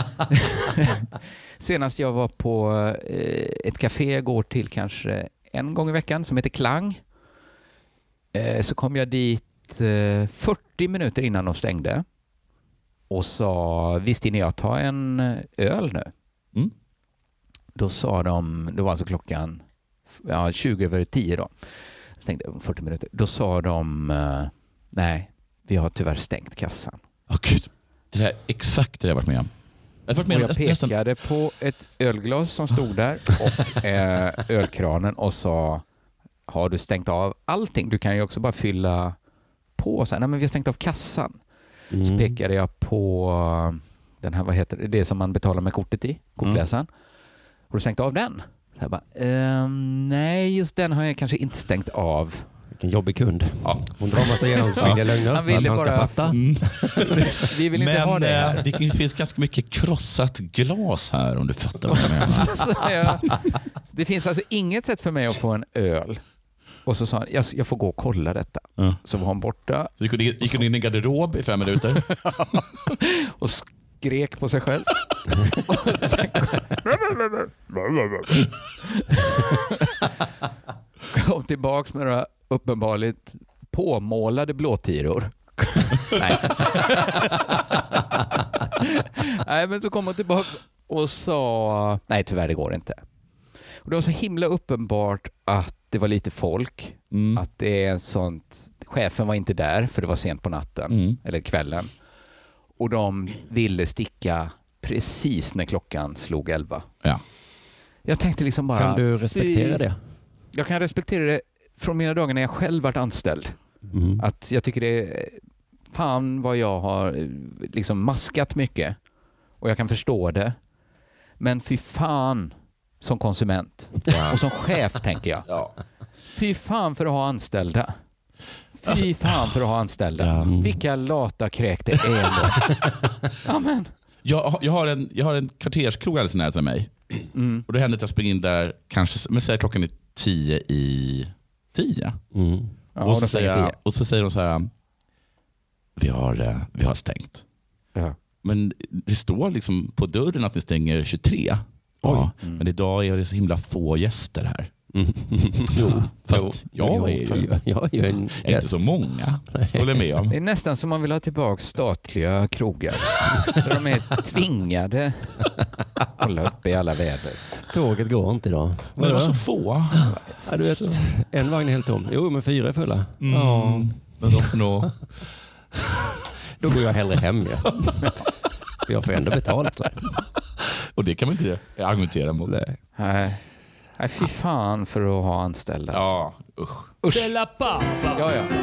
Senast jag var på ett café, går till kanske en gång i veckan, som heter Klang. Så kom jag dit fyrtio minuter innan de stängde och sa, visste ni att ta en öl nu? Mm. Då sa de, det var alltså klockan ja, tjugo över tio då. Jag tänkte fyrtio minuter. Då sa de, nej, vi har tyvärr stängt kassan. Åh gud, det där är exakt det jag varit med om. Jag, varit med och jag pekade nästan... på ett ölglas som stod där och eh, ölkranen och sa, har du stängt av allting? Du kan ju också bara fylla på. Så här, nej, men vi har stängt av kassan. Mm. Så pekade jag på den här, vad heter det, det som man betalar med kortet i, kortläsaren. Mm. Har du stängt av den? Så jag bara, ehm, nej, just den har jag kanske inte stängt av. Vilken jobbig kund. Ja. Hon drar massa genomskinliga lögner han för att han ska bara... fatta. Mm. Vi vill inte men, ha det här. Det finns ganska mycket krossat glas här om du fattar vad jag menar. Så, ja. Det finns alltså inget sätt för mig att få en öl Och så sa han, jag, jag får gå och kolla detta. Ja. Så var han borta. Så gick hon in, gick hon in i en garderob i fem minuter. Och skrek på sig själv. Kom tillbaks med några uppenbarligt påmålade blåtiror. Nej. Nej, men så kom hon tillbaka och sa nej, tyvärr det går inte. Och det var så himla uppenbart att det var lite folk. Mm. Att det är sånt, chefen var inte där för det var sent på natten mm. eller kvällen. Och de ville sticka precis när klockan slog elva. Ja. Jag tänkte liksom bara... Kan du respektera det? Jag kan respektera det från mina dagar när jag själv varit anställd. Mm. Att jag tycker det är... Fan vad jag har liksom maskat mycket. Och jag kan förstå det. Men fy fan som konsument. Ja. Och som chef tänker jag. Ja. Fy fan för att ha anställda. Fy alltså, fan för att ha anställda. Ja. Vilka lata kräk det är ändå. Amen. Jag, jag, har en, jag har en kvarterskrog alldeles nära till mig. Mm. Och det händer att jag springer in där kanske, men säger klockan är tio i tio. Mm. Ja, och, så säger jag, och så säger de så här, vi har, vi har stängt. Ja. Men det står liksom på dörren att ni stänger tjugotre. Ja, mm. Men idag är det så himla få gäster här. Mm. Jo, fast jo, jag är ju jag är en är inte så många. Håller med om. Det är nästan som man vill ha tillbaka statliga krogar. Där de är tvingade att hålla uppe i alla väder. Tåget går inte idag. Men det var så få. Ja, du vet, en vagn är helt tom. Jo, men fyra är fulla. Mm. Ja, men de får nog... Då går jag hellre hem. Ja. För jag får ändå betalt. Så. Och det kan man inte argumentera mot. Nej. Nej. Nej, fy fan för att ha anställda. Ja, usch. Usch. Della pappa. Ja, ja.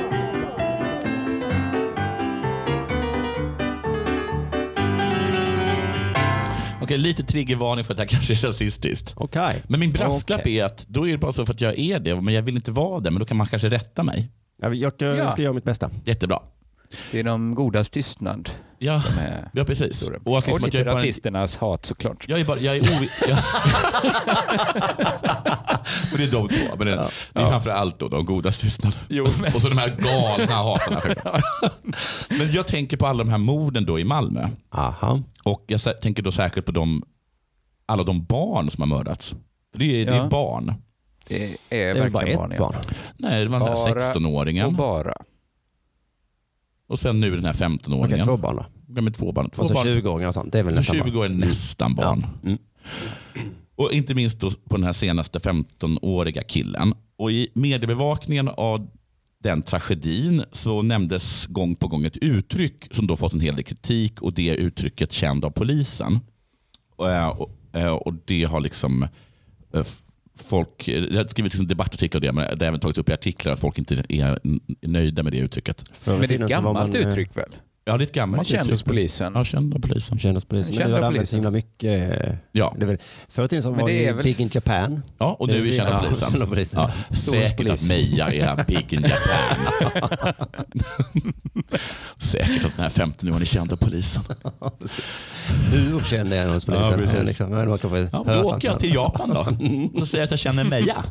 Okej, lite triggervarning för att det här kanske är rasistiskt. Okej. Okay. Men min brasklapp okay. är att då är det bara så för att jag är det, men jag vill inte vara det, men då kan man kanske rätta mig. Jag, jag, jag ja. ska göra mitt bästa. Jättebra. Det är de godas tystnad. Ja, ja precis. Stora. Och, att liksom och lite att jag rasisternas en... hat såklart. Jag är bara, jag är ovi... jag... Och det är de två. Men det är, ja. det är ja. framför allt då de godas tystnad. Jo, och så de här galna hatarna. Men jag tänker på alla de här morden då i Malmö. Aha. Och jag tänker då särskilt på de, alla de barn som har mördats. Det är, ja. det är barn. Det är, det är verkligen bara barn, ett barn. Nej, det var den här sexton-åringen. Och bara. Och sen nu den här femton-åringen. Okej, två barn då. Ja, med två barn. Två och så barn. tjugo-åringar och sånt. Det är väl nästan tjugo är nästan barn. Ja. Mm. Och inte minst då på den här senaste femton-åriga killen. Och i mediebevakningen av den tragedin så nämndes gång på gång ett uttryck som då fått en hel del kritik, och det uttrycket känd av polisen. Och, och, och det har liksom... Folk, jag har skrivit liksom debattartiklar och det, men det har även tagit upp i artiklar att folk inte är nöjda med det uttrycket. Men det är ett gammalt man, uttryck väl? Ja, det är ett gammalt uttryck. Känd hos polisen. Ja, känd hos polisen. Känd hos polisen. Men det har använts himla mycket. Ja. Det är väl, förr i tiden så var det, det väl... Big in Japan. Ja, och nu är känd av polisen. Ja, polisen. Ja, säkert att Meja är Big in Japan. Säkert att den här femton-åringen är känd av polisen. Hur känner jag hos polisen? Ja, liksom, man kan få ja, då åker jag till Japan då. Så säger jag att jag känner Meja.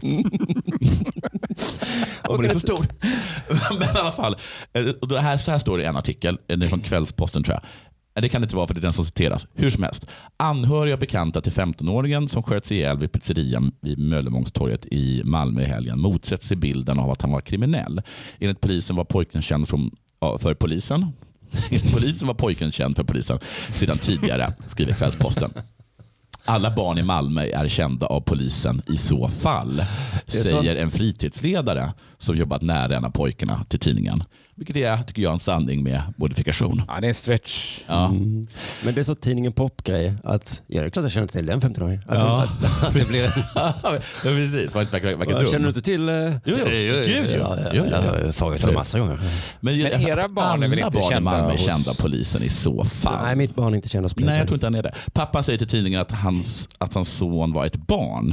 Hon är så stor. Men i alla fall, och det här, så här står det i en artikel, det är från Kvällsposten tror jag. Det kan det inte vara för det är den som citeras. Hur som helst. Anhöriga och bekanta till femton-åringen som sköts ihjäl vid pizzerian vid Möllevångstorget i Malmö i helgen motsätter sig bilden av att han var kriminell. Enligt polisen var pojken känd från, ja, för polisen. Enligt polisen var pojken känd för polisen sedan tidigare, skriver Kvällsposten. Alla barn i Malmö är kända av polisen i så fall, säger en fritidsledare som jobbat nära en av pojkarna till tidningen. Vilket är, tycker jag, en sanning med modifikation. Ja, det är en stretch. Ja. Mm. Men det är så tidningen Pop-grej att, ja, det är klart jag känner till den femton-åringen. Att, ja. att, att det blir en... ja, precis. Man verkar, verkar dum. Känner du inte till... Uh... Jo, jo. Gud, ja. Jag har frågat det massa gånger. Men, Men era barn är väl inte barn kända, barn är hos... kända av polisen i så fall? Nej, mitt barn är inte känd hos polisen. Nej, jag tror inte han är det. Pappa säger till tidningen att hans, att hans son var ett barn.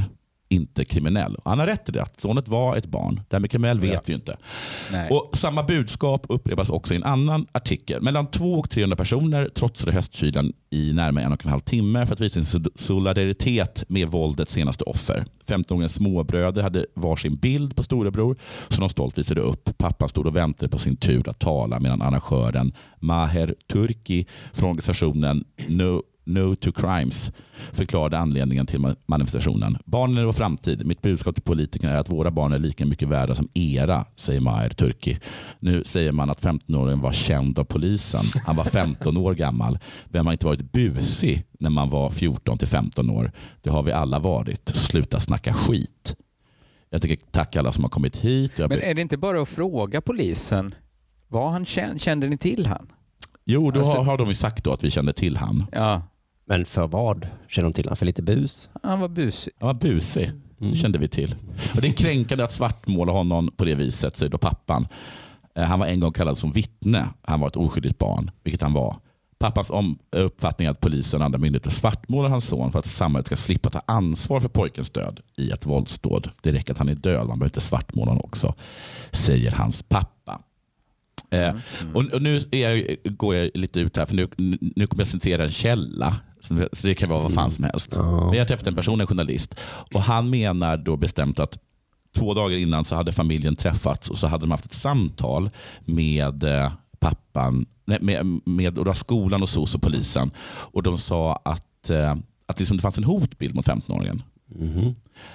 inte kriminell. Han har rätt i det, att sonet var ett barn. Det här med kriminell vet ja. vi ju inte. Nej. Och samma budskap upprepas också i en annan artikel. Mellan tvåhundra och trehundra personer trotsade höstkylan i närmare en och en halv timme för att visa sin solidaritet med våldets senaste offer. femton-åringens småbröder hade varsin bild på storebror som de stolt visade upp. Pappan stod och väntade på sin tur att tala medan arrangören Maher Turki från organisationen No No to Crimes förklarade anledningen till manifestationen. Barnen är vår framtid. Mitt budskap till politikerna är att våra barn är lika mycket värda som era, säger Maher Turki. Nu säger man att femton-åringen var känd av polisen. Han var femton år gammal. Vem har inte varit busig när man var fjorton till femton år? Det har vi alla varit. Sluta snacka skit. Jag tycker tack alla som har kommit hit. Jag Men är det inte bara att fråga polisen? Vad han kände, kände ni till han? Jo, då alltså, har, har de ju sagt då att vi kände till han. Ja. Men för vad? Kände de till han? För lite bus? Han var busig. Han var busig. Mm. Det kände vi till. Och det är kränkande att svartmåla honom på det viset, säger då pappan. Han var en gång kallad som vittne. Han var ett oskyldigt barn, vilket han var. Pappans om, uppfattning är att polisen och andra myndigheter svartmålar hans son för att samhället ska slippa ta ansvar för pojkens död i ett våldsdåd. Det räcker att han är död, man behöver inte svartmåla honom också, säger hans pappa. Mm. Mm. Och, och nu är jag, går jag lite ut här, för nu, nu kommer jag citera en källa. Så det kan vara vad fan som helst. Mm. Men jag träffade en person, en journalist, och han menar då bestämt att två dagar innan så hade familjen träffats och så hade de haft ett samtal med eh, pappan, nej, med, med och skolan och så, så polisen. Och de sa att, eh, att liksom det fanns en hotbild mot femton-åringen. Mm.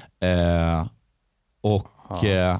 Eh, och eh,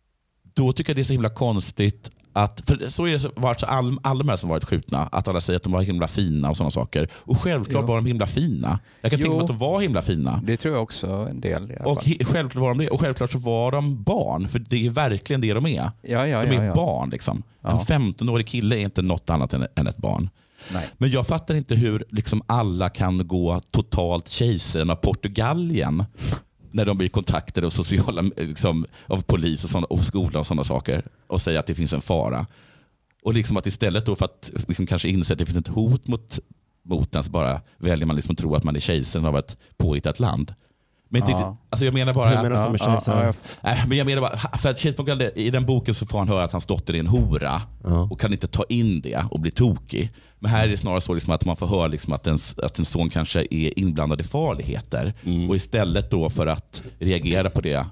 då tycker jag det är så himla konstigt att, för så är det varit så all, alla de här som varit skjutna, att alla säger att de var himla fina och sådana saker. Och självklart jo. var de himla fina. Jag kan jo. tänka mig att de var himla fina. Det tror jag också en del. Och he, självklart var de det. Och självklart så var de barn, för det är verkligen det de är. Ja, ja, de är ja, ja. barn liksom. Ja. En femton-årig kille är inte något annat än, än ett barn. Nej. Men jag fattar inte hur liksom alla kan gå totalt kejsaren av Portugalien när de blir kontaktade av sociala, liksom, av polis och, såna, och skola och sådana saker och säger att det finns en fara. Och liksom att istället då för att liksom kanske inse att det finns ett hot mot, mot den, så bara väljer man liksom att tro att man är kejsaren av ett påhittat land. Men inte, ja. alltså jag menar bara... Jag menar att de är kejsare. Ja, ja, ja. Men jag menar bara, för att i den boken så får han höra att hans dotter är en hora ja. och kan inte ta in det och bli tokig. Men här är det snarare så liksom att man får höra liksom att, ens, att en son kanske är inblandad i farligheter. Mm. Och istället då för att reagera på det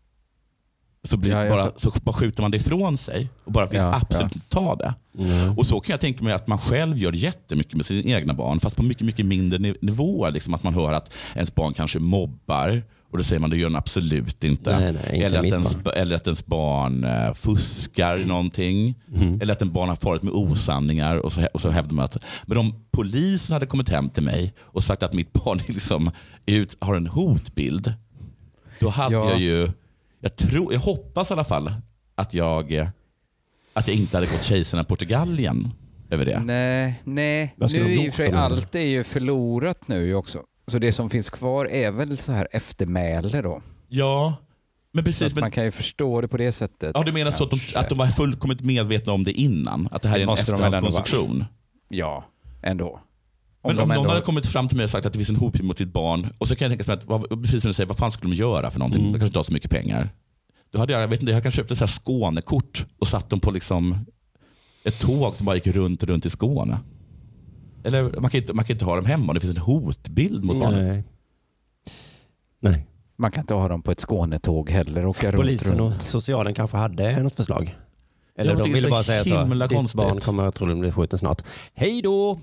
så, blir ja, bara, så bara skjuter man det ifrån sig och bara vill ja, absolut ja. ta det. Mm. Och så kan jag tänka mig att man själv gör jättemycket med sina egna barn, fast på mycket, mycket mindre nivåer. Liksom att man hör att ens barn kanske mobbar och då säger man det gör den absolut inte. Nej, nej, inte eller, att ens, eller att ens barn uh, fuskar någonting. Mm. Eller att en barn har farit med osanningar och så, och så hävdar man att men om polisen hade kommit hem till mig och sagt att mitt barn liksom ut, har en hotbild, då hade ja. jag ju Jag, tror, jag hoppas i alla fall att jag, att jag inte hade gått kejsarna Portugalien över det. Nej, nej. Nu är ju för allt är ju förlorat nu också. Så det som finns kvar är väl så här eftermäle då. Ja, men precis. Men, man kan ju förstå det på det sättet. Ja, du menar så att de, att de var fullkomligt medvetna om det innan? Att det här det är en efterhandskonstruktion? Ja, ändå. Om men om någon ändå... hade kommit fram till mig och sagt att det finns en hotbild mot ditt barn, och så kan jag tänka mig att, vad, precis som du säger, vad fan skulle de göra för någonting? Mm. De kanske inte har så mycket pengar. Då hade jag, jag vet inte, jag kanske köpt ett så här Skånekort och satt dem på liksom ett tåg som bara gick runt och runt i Skåne. Eller man kan inte, man kan inte ha dem hemma om det finns en hotbild mot barnen. Nej. Nej. Man kan inte ha dem på ett Skånetåg heller. Och Polisen runt. och socialen kanske hade något förslag. Eller de ville bara säga så, ditt konstigt. barn kommer troligen bli skjuten snart. Hej då!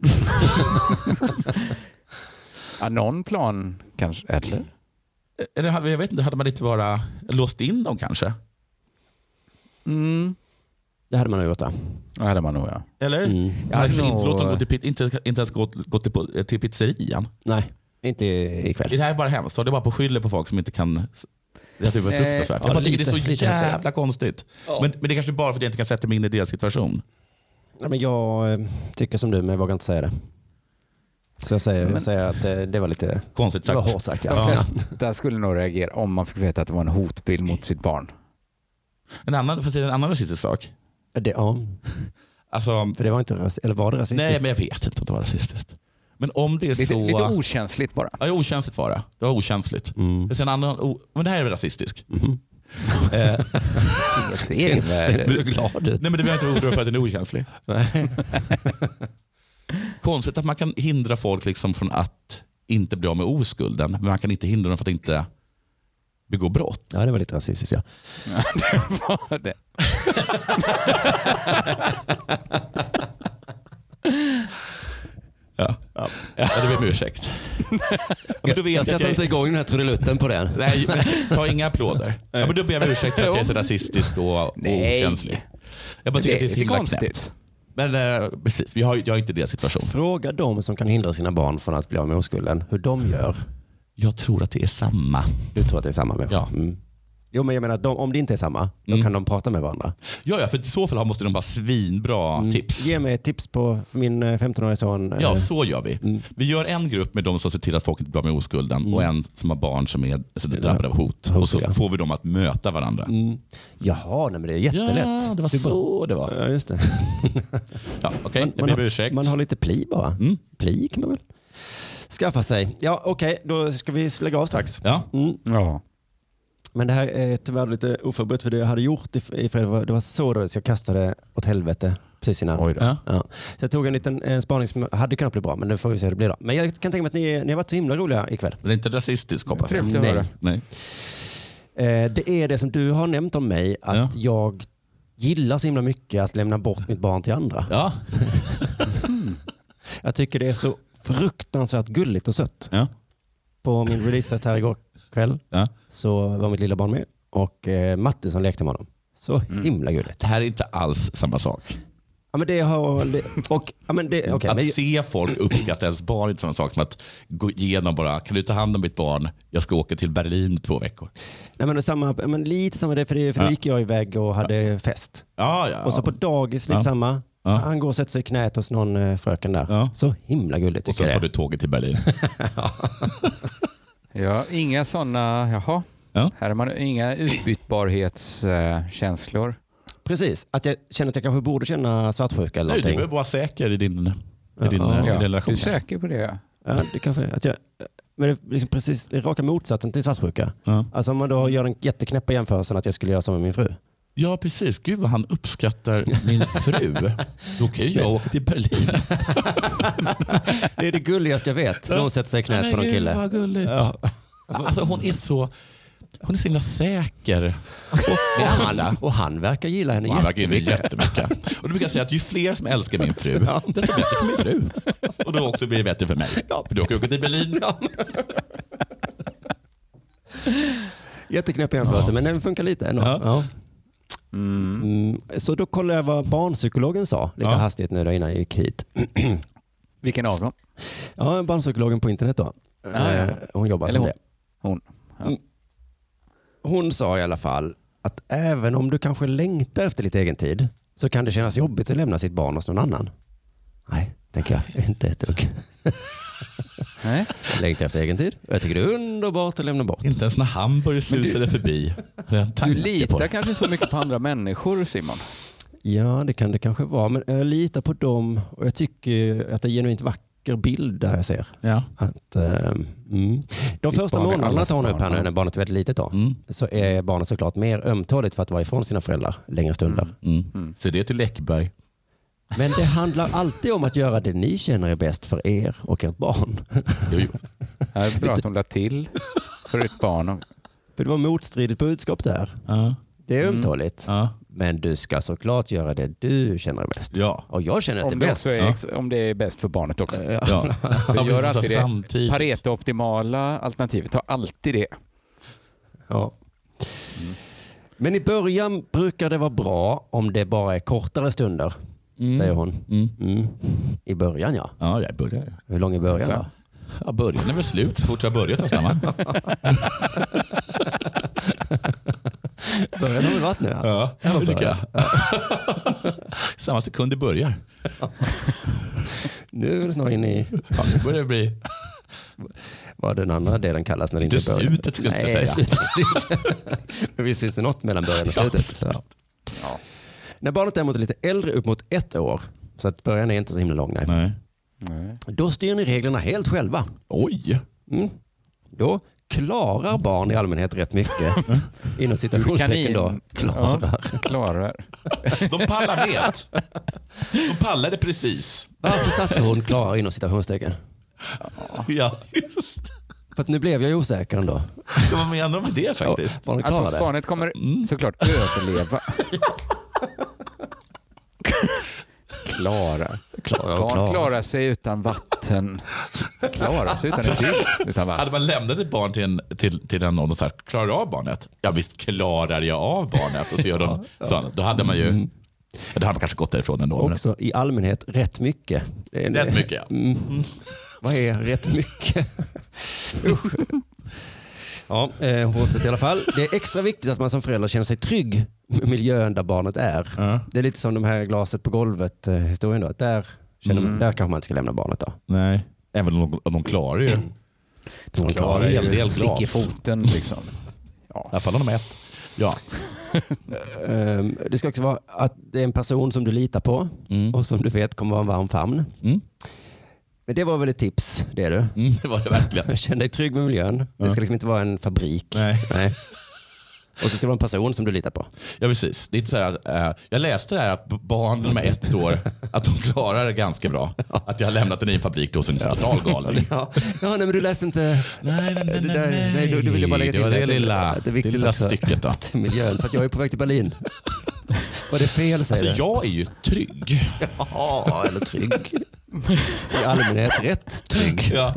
Ja, någon plan kanske, eller? Eller jag vet inte, hade man inte bara låst in dem kanske? Mm. Det hade man nog gjort, ja. Det hade man nog, ja. Eller? Mm. Man hade nog... inte låta dem gå till, inte, inte ens gå, gå till, till pizzerian. Nej, inte ikväll. Det här är bara hemskt. Det är bara på skyller på folk som inte kan... Det är typ fruktansvärt. Eh, jag bara tycker det är så lite, jävla lite konstigt. Ja. Men, men det är kanske bara för att jag inte kan sätta mig in i deras situation. Ja, men jag tycker som du, men jag vågar inte säga det. Så jag säger, men, jag säger att det, det var lite konstigt sagt. Det var hårt sagt. Ja. Ja. Där skulle nog reagera om man fick veta att det var en hotbild mot sitt barn. En annan, för en annan rasistisk sak. Det, ja. Alltså, för det var inte rasistiskt. Eller var det rasistiskt? Nej, men jag vet inte om det var rasistiskt. Men om det är lite, så... lite okänsligt bara. Ja, okänsligt var det. Det var okänsligt. Mm. Sen annan, oh, men det här är rasistiskt. Mm. Eh, Ser så glad ut. nej, men det behöver inte vara orolig för att den är okänslig. Nej. Konstigt att man kan hindra folk liksom från att inte bli av med oskulden, men man kan inte hindra dem från att inte begå brott. Ja, det var lite rasistiskt, ja. Ja, det var det. Ja, ja. ja det ber mig ursäkt. Men då vet Jag sätter jag inte igång den här trudelutten på den. Nej, men ta inga applåder. Ja, men då ber jag mig ursäkt för att jag är så rasistisk och Nej. okänslig. Jag bara tycker det, att det är så himla konstigt. knäppt. Men eh, precis, vi har, jag har inte det situation. Fråga de som kan hindra sina barn från att bli av med oskulden hur de gör. Jag tror att det är samma. Du tror att det är samma med? Ja. Mm. Jo, men jag menar, de, om det inte är samma, då Mm. kan de prata med varandra. Ja, ja, för i så fall måste de ha svinbra Mm. tips. Ge mig ett tips på för min eh, femtonåriga son. eh, Ja, så gör vi. Mm. Vi gör en grupp med de som ser till att folk inte blir av med oskulden Mm. och en som har barn som är alltså, drabbade av hot. Hot, Och så ja. får vi dem att möta varandra. Mm. Jaha, nej, men det är jättelätt. Ja, det var är så bara- det var. Ja, just det. Ja, okej, Man, jag man, ber om har, ursäkt. man har lite pli bara. Mm. Pli kan man väl skaffa sig. Ja, okej, då ska vi lägga av strax. Ja. Mm. Ja. Men det här är tyvärr lite oförberett för det jag hade gjort i, i fredag. var- Det var så dåligt så jag kastade åt helvete precis innan. Oj då. Ja. Ja. Så jag tog en liten en spaning som hade kunnat bli bra, men nu får vi se hur det blir då. Men jag kan tänka mig att ni, ni har varit så himla roliga ikväll. Men det är inte rasistiskt, hoppas jag. Trevligt att Nej. höra. Nej. Eh, det är det som du har nämnt om mig, att Ja. jag gillar så himla mycket att lämna bort mitt barn till andra. Ja. Jag tycker det är så fruktansvärt gulligt och sött. Ja. På min releasefest här igår kväll Ja. så var mitt lilla barn med och eh, Matte som lekte med honom. Så himla gulligt. Det här är inte alls samma sak. Ja, men det har... Det, och, ja, men det, okay, att men, se folk uppskatta ens barn är inte samma sak som att gå igenom bara, kan du ta hand om mitt barn? Jag ska åka till Berlin två veckor. nej, men, samma, men lite samma det, för, det, för då Ja. gick jag iväg och hade fest. Ja, ja. Och så på dagis lite Ja. samma. Ja. Han går och sätter sig i knät hos någon eh, fröken där. Ja. Så himla gulligt och tycker så jag tar det. du tåget till Berlin. Ja, inga sådana, jaha. Ja. Här har man inga utbytbarhetskänslor. Precis, att jag känner att jag kanske borde känna svartsjuka eller Nej, du någonting. är bara säker i din, i din, Ja. i din Ja, du relation. är säker på det? Ja. Ja, det kanske att jag, men det är liksom precis det är raka motsatsen till svartsjuka. Ja. Alltså om man då gör den jätteknäppa jämförelsen att jag skulle göra som med min fru. Ja, precis. Gud vad han uppskattar min fru. Då kan ju jag åka till Berlin. Det är det gulligaste jag vet. Någon sätter sig i knät på någon kille. Vad gulligt. Ja. Alltså, hon är så hon är så himla säker. Och, han, och han verkar gilla henne Och han verkar gilla jättemycket. jättemycket. Och då brukar jag säga att ju fler som älskar min fru, desto bättre för min fru. Och då också blir det bättre för mig. För då kan jag åka till Berlin. Ja. Jätteknäpp jämförelse, men den funkar lite ändå. Ja. Ja. Mm. Mm. Så då kollade jag vad barnpsykologen sa lite Ja. hastigt nu då innan jag gick hit. Vilken av dem? Ja, barnpsykologen på internet då. Ah, ja. Eh, Hon jobbar Eller som hon. det. Hon. Ja. Mm. Hon sa i alla fall att även om du kanske längtar efter lite egen tid så kan det kännas jobbigt att lämna sitt barn hos någon annan. Nej, tänker jag. Inte ett dugg. Nej. Längtar efter egen tid. Och jag tycker det är underbart att lämna bort. Inte ens när Hamburg susade förbi. Jag Du tankar på litar det. kanske så mycket på andra människor, Simon. Ja, det kan det kanske vara. Men jag litar på dem och jag tycker att det är genuint vacker bild där jag ser. Ja. Att, eh, mm. De första barn är månaderna allas tar hon upp här barn, nu när barnet är väldigt litet då. Mm. Så är barnet såklart mer ömtåligt för att vara ifrån sina föräldrar längre stunder. Mm. Mm. Så det är till Läckberg. Men det handlar alltid om att göra det ni känner är bäst för er och ert barn. Jo, jo. Det är bra att hon lade till för ett barn. För det var motstridigt budskap där. Ja. Det är Mm. ömtåligt. Ja. Men du ska såklart göra det du känner är bäst. Ja. Och jag känner att det Om är det, bäst. också är, ex- om det är bäst för barnet också. Ja. Ja. För gör Ja, alltid det. samtidigt. Pareto-optimala alternativet har alltid det. Ja. Men i början brukar det vara bra om det bara är kortare stunder, Mm. säger hon. Mm. Mm. I början ja. Ja, jag börjar. Hur lång är början då? Ja, början är väl slut så fort jag börjat nästan, va? Början har vi varit nu. Ja. Ja, det tycker jag. Samma sekund det börjar. Nu är det snart inne i Ja, nu börjar det bli... vad den andra delen kallas när det inte Inte är början. slutet skulle jag inte Nej, säga. slutet är det inte. Men visst finns det något mellan början och slutet. Ja. Ja. När barnet däremot är lite äldre, upp mot ett år, så att början är inte så himla lång. Nej. Nej. Nej. Då styr ni reglerna helt själva. Oj. Mm. Då klarar barn i allmänhet rätt mycket. Inom citationstecken då. Klarar. Ja, klarar. De pallar med. De pallade precis. Varför satte hon klarar inom citationstecken? Ja, just. För att nu blev jag osäker ändå. Vad menar de med det faktiskt? Ja, barnet Att klarar det. barnet kommer såklart överleva. Klara. Klara, Barn klara. klarar sig utan vatten. Klarar sig utan en till, utan vatten. Hade man lämnat ett barn till en, till, till en och sagt, klarar du av barnet? Ja, visst klarar jag av barnet. Och så gör de så. Då hade man ju, mm. då hade man kanske gått därifrån ändå. Också i allmänhet rätt mycket. Det är rätt mycket, ja. Mm. Mm. Vad är rätt mycket? Usch. Ja, hon fortsätter i alla fall. Det är extra viktigt att man som förälder känner sig trygg med miljön där barnet är. Mm. Det är lite som de här glaset på golvet historien då. Där, känner man, mm. där kanske man inte ska lämna barnet då. Nej, även om de, de klarar ju. De, de klarar ju en del glas. I foten liksom. Ja. I alla fall om de ett. Ja. Det ska också vara att det är en person som du litar på mm. och som du vet kommer vara en varm famn. Mm. Men det var väl ett tips, det är du. Mm, det var det verkligen. Känn dig trygg med miljön. Mm. Det ska liksom inte vara en fabrik. Nej. Nej. Och så ska det vara en person som du litar på. Ja, precis. Det är inte så här att, äh, jag läste det här att barn med ett år, att de klarar det ganska bra. Ja. Att jag har lämnat den i en fabrik då, så en total galning. Ja. ja, nej men du läste inte... Nej, nej, nej. Det där, nej, nej du, du ville bara lägga till det. Var det, det lilla, det, det, det lilla också, stycket då. Miljön, för att jag är på väg till Berlin. Var det fel, säger alltså, jag är ju trygg. Ja, eller trygg. I allmänhet rätt trygg. Ja.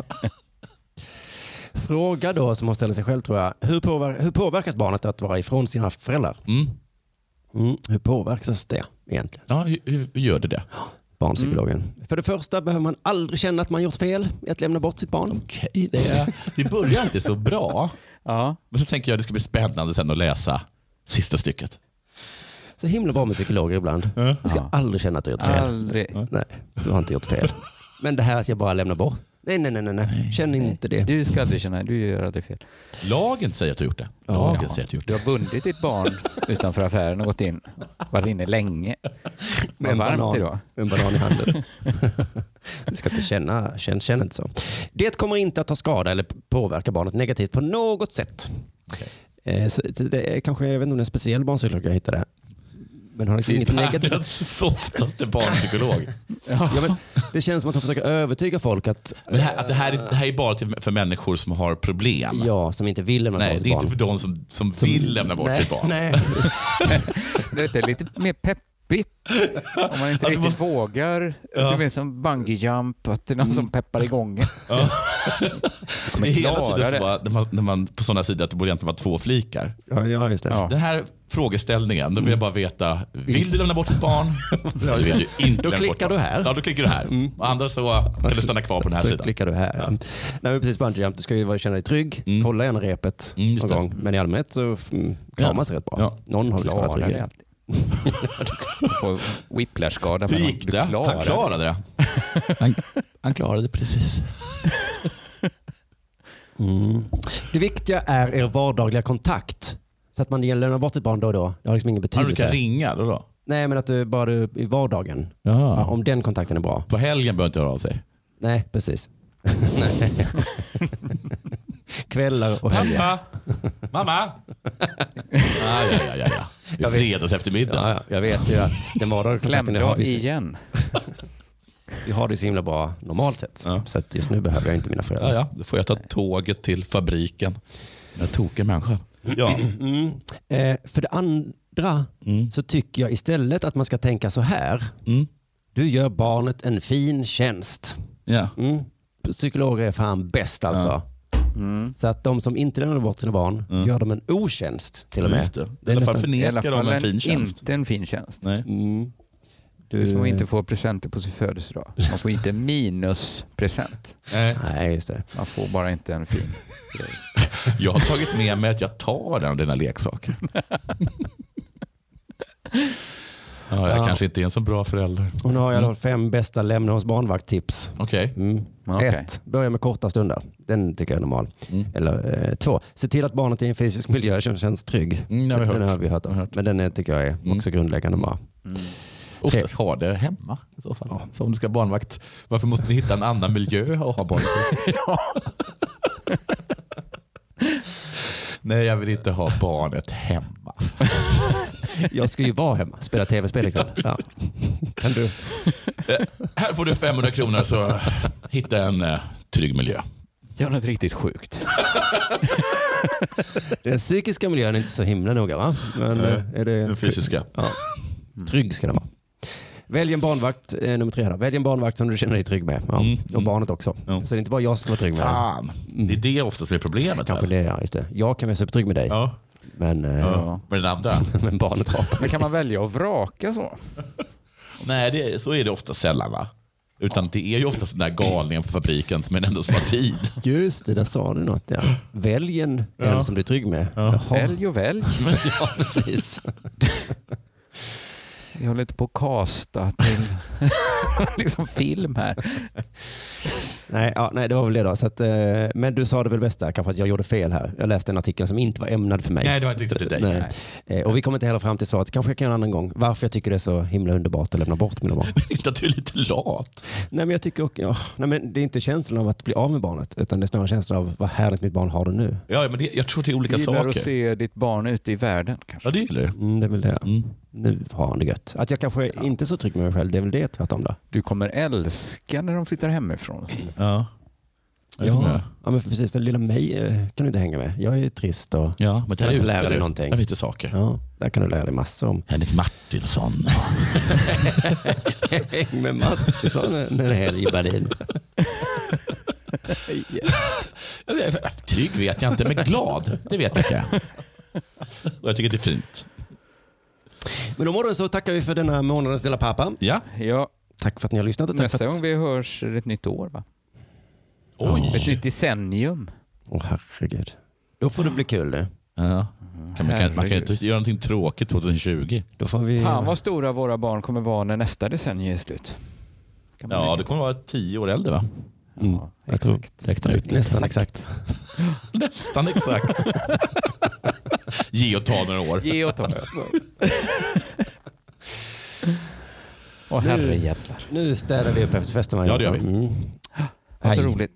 Fråga då som man ställer sig själv, tror jag. Hur, påver- hur påverkas barnet att vara ifrån sina föräldrar? Mm. Mm, hur påverkas det egentligen? Ja, hur, hur gör det det? Barnpsykologen. Mm. För det första behöver man aldrig känna att man gjort fel i att lämna bort sitt barn. Okej, det, det börjar alltid så bra. Ja. Men så tänker jag att det ska bli spännande sen att läsa sista stycket. Så himla bra med psykologer ibland. Mm. Du ska ja. aldrig känna att du har gjort fel. Aldrig. Nej, du har inte gjort fel. Men det här att jag bara lämnar bort. Nej, nej, nej, nej. Känn inte det. Du ska aldrig känna, du gör aldrig fel. Lagen säger att du har gjort det. Lagen ja. säger att du har gjort det. Du har bundit ditt barn utanför affären och gått in. Varit inne länge. Med en banan, idag. Med en banan i handen. Du ska inte känna, känn, känn inte så. Det kommer inte att ta skada eller påverka barnet negativt på något sätt. Okay. Så det är kanske, jag vet inte om det är en speciell barnpsykolog jag hittade. Men har liksom inget negativt. Världens softaste barnpsykolog. Ja, men det känns som att de försöker övertyga folk att... Men det här, att det här, är, det här är bara till, för människor som har problem. Ja, som inte vill lämna bort sitt barn. Nej, det är inte för de som, som, som vill lämna bort nej, sitt barn. Nej. Det är lite mer peppigt. Om man inte riktigt måste... vågar. Ja. Det är som bungee jump. Att det är någon som peppar igång. Ja. Det är hela tiden så bara, när, man, när man på sådana sidor att det borde egentligen vara två flikar. Ja, ja just det. Ja. Den här frågeställningen, då vill jag bara veta, vill du lämna bort ett barn? Ja, du vill ju inte då klickar du här. Ja, då klickar du här. Mm. Och andra så kan du stanna kvar på den här så sidan. klickar du här. Ja. Nej, men precis, bungee jump, du ska ju känna dig trygg. Mm. Kolla gärna repet mm, någon gång. Men i allmänhet så mm, klarar man sig rätt bra. Ja. Någon har väl skadat ryggen. Får whiplash-skada. Hur gick det? Klarade. Han klarade det. Han, han klarade det precis. Mm. Det viktiga är er vardagliga kontakt. Så att man lämnar bort ett barn då och då. Det har liksom ingen betydelse. Ja, du kan ringa då då? Nej, men att du bara du, i vardagen. Ja, om den kontakten är bra. På helgen behöver inte höra av sig? Nej, precis. Nej. Kvällar och helger. Mamma! Mamma! Ah, ja, ja, ja, ja. Det är fredags eftermiddag. Ja, ja, jag vet ju att den vardagliga kontakten har vi igen. Vi har det så himla bra normalt sett. Ja. Så att just nu behöver jag inte mina föräldrar. Ja, ja. Då får jag ta tåget till fabriken. Jag tokar människa. Ja. Mm. Eh, för det andra mm. så tycker jag istället att man ska tänka så här. Mm. Du gör barnet en fin tjänst. Ja. Mm. Psykologer är fan bäst alltså. Ja. Mm. Så att de som inte lämnar bort sina barn mm. gör dem en otjänst till och med. Ja, det. I alla fall förnekar de en fin tjänst. Inte en fin tjänst. Nej. Mm. Du som inte får presenter på sin födelsedag. Man får inte minuspresent. Nej. Nej, just det. Man får bara inte en fin grej. Jag har tagit med mig att jag tar den av dina leksaker. Ja, jag ja. kanske inte är en så bra förälder. Och nu har jag då fem bästa lämna hos barnvakt-tips. Okej. Okay. Mm. Okay. Ett, börja med korta stunder. Den tycker jag är normal. Mm. Eller eh, två, se till att barnet är i en fysisk miljö som känns trygg. Mm, har vi hört. Den har vi hört om. Men den är, tycker jag är också mm. grundläggande bra. Mm. Oftast har det hemma i så fall. Ja. Så om du ska ha barnvakt, varför måste ni hitta en annan miljö att ha barn till? Ja. Nej, jag vill inte ha barnet hemma. Jag ska ju vara hemma, spela tv-spel ikväll. Ja. Kan du? Här får du femhundra kronor så hitta en uh, trygg miljö. Gör något riktigt sjukt. Den psykiska miljön är inte så himla noga, va? Men uh, är det den fysiska? Ja. Trygg ska den vara. Välj en barnvakt, eh, nummer tre då. Välj en barnvakt som du känner dig trygg med. Ja. Mm. Och barnet också. Mm. Så det är inte bara jag som ska vara trygg med. Fan, mm. det är det ofta som är problemet. Kanske det, ja, just det. Jag kan vara supertrygg med dig. Ja. Men, eh, ja. men den andra? men barnet hatar. Men kan man välja att vraka så? Nej, det, så är det ofta sällan, va? Utan ja. det är ju ofta den där galningen på fabriken som är den enda som har tid. Just det, där sa du något. Ja. Välj en, ja. en som du är trygg med. Ja. Välj och välj. Ja, precis. Jag håller inte på att kasta till liksom film här. Nej, ja, nej, det var väl det då. Så att, eh, men du sa det väl bästa, kanske att jag gjorde fel här. Jag läste en artikel som inte var ämnad för mig. Nej, det var inte riktigt till dig. Nej. Nej. Och vi kommer inte heller fram till svaret. Kanske jag kan göra en annan gång. Varför jag tycker det är så himla underbart att lämna bort mina barn. Inte att du är lite lat. Nej, men jag tycker också, ja, nej, men det är inte känslan av att bli av med barnet, utan det är snarare känslan av vad härligt mitt barn har det nu. Ja, men det, jag tror det är olika saker. saker. Att se ditt barn ute i världen kanske. Ja, det gillar jag. Mm, det är väl det. Mm. Nu har han det gött. Att jag kanske ja. inte är så trygg med mig själv, det är väl det tvärtom då. Du kommer älska när de flyttar hemifrån. Ja. Ja, ja, men precis, för lilla mig kan du inte hänga med. Jag är trist och ja, men kan inte lära dig någonting. Jag vet inte saker. Ja, där kan du lära dig massor om. Henrik Martinsson. Häng med Martinsson en helg i Berlin. Trygg vet jag inte, men glad, det vet jag inte. Och jag tycker det är fint. Men om morgonen så tackar vi för denna månadens Della Pappa. Ja. ja. Tack för att ni har lyssnat. Och tack Nästa för att... gång vi hörs är det ett nytt år, va? Oj. Ett nytt decennium. Åh, oh, herregud. Då får det bli kul nu. Ja. Kan man, kan, man kan inte göra någonting tråkigt tjugohundratjugo. Då får vi... Fan vad stora våra barn kommer vara när nästa decennium är slut. Ja, det kommer vara tio år äldre, va? Mm. Ja, jag exakt. Tror, nästan, ut, nästan exakt. Nästan exakt. Ge och ta några år. Ge och ta några år. Åh, herrejävlar. Nu städar vi upp efter festen. Ja, det gör vi. Mm. Så roligt.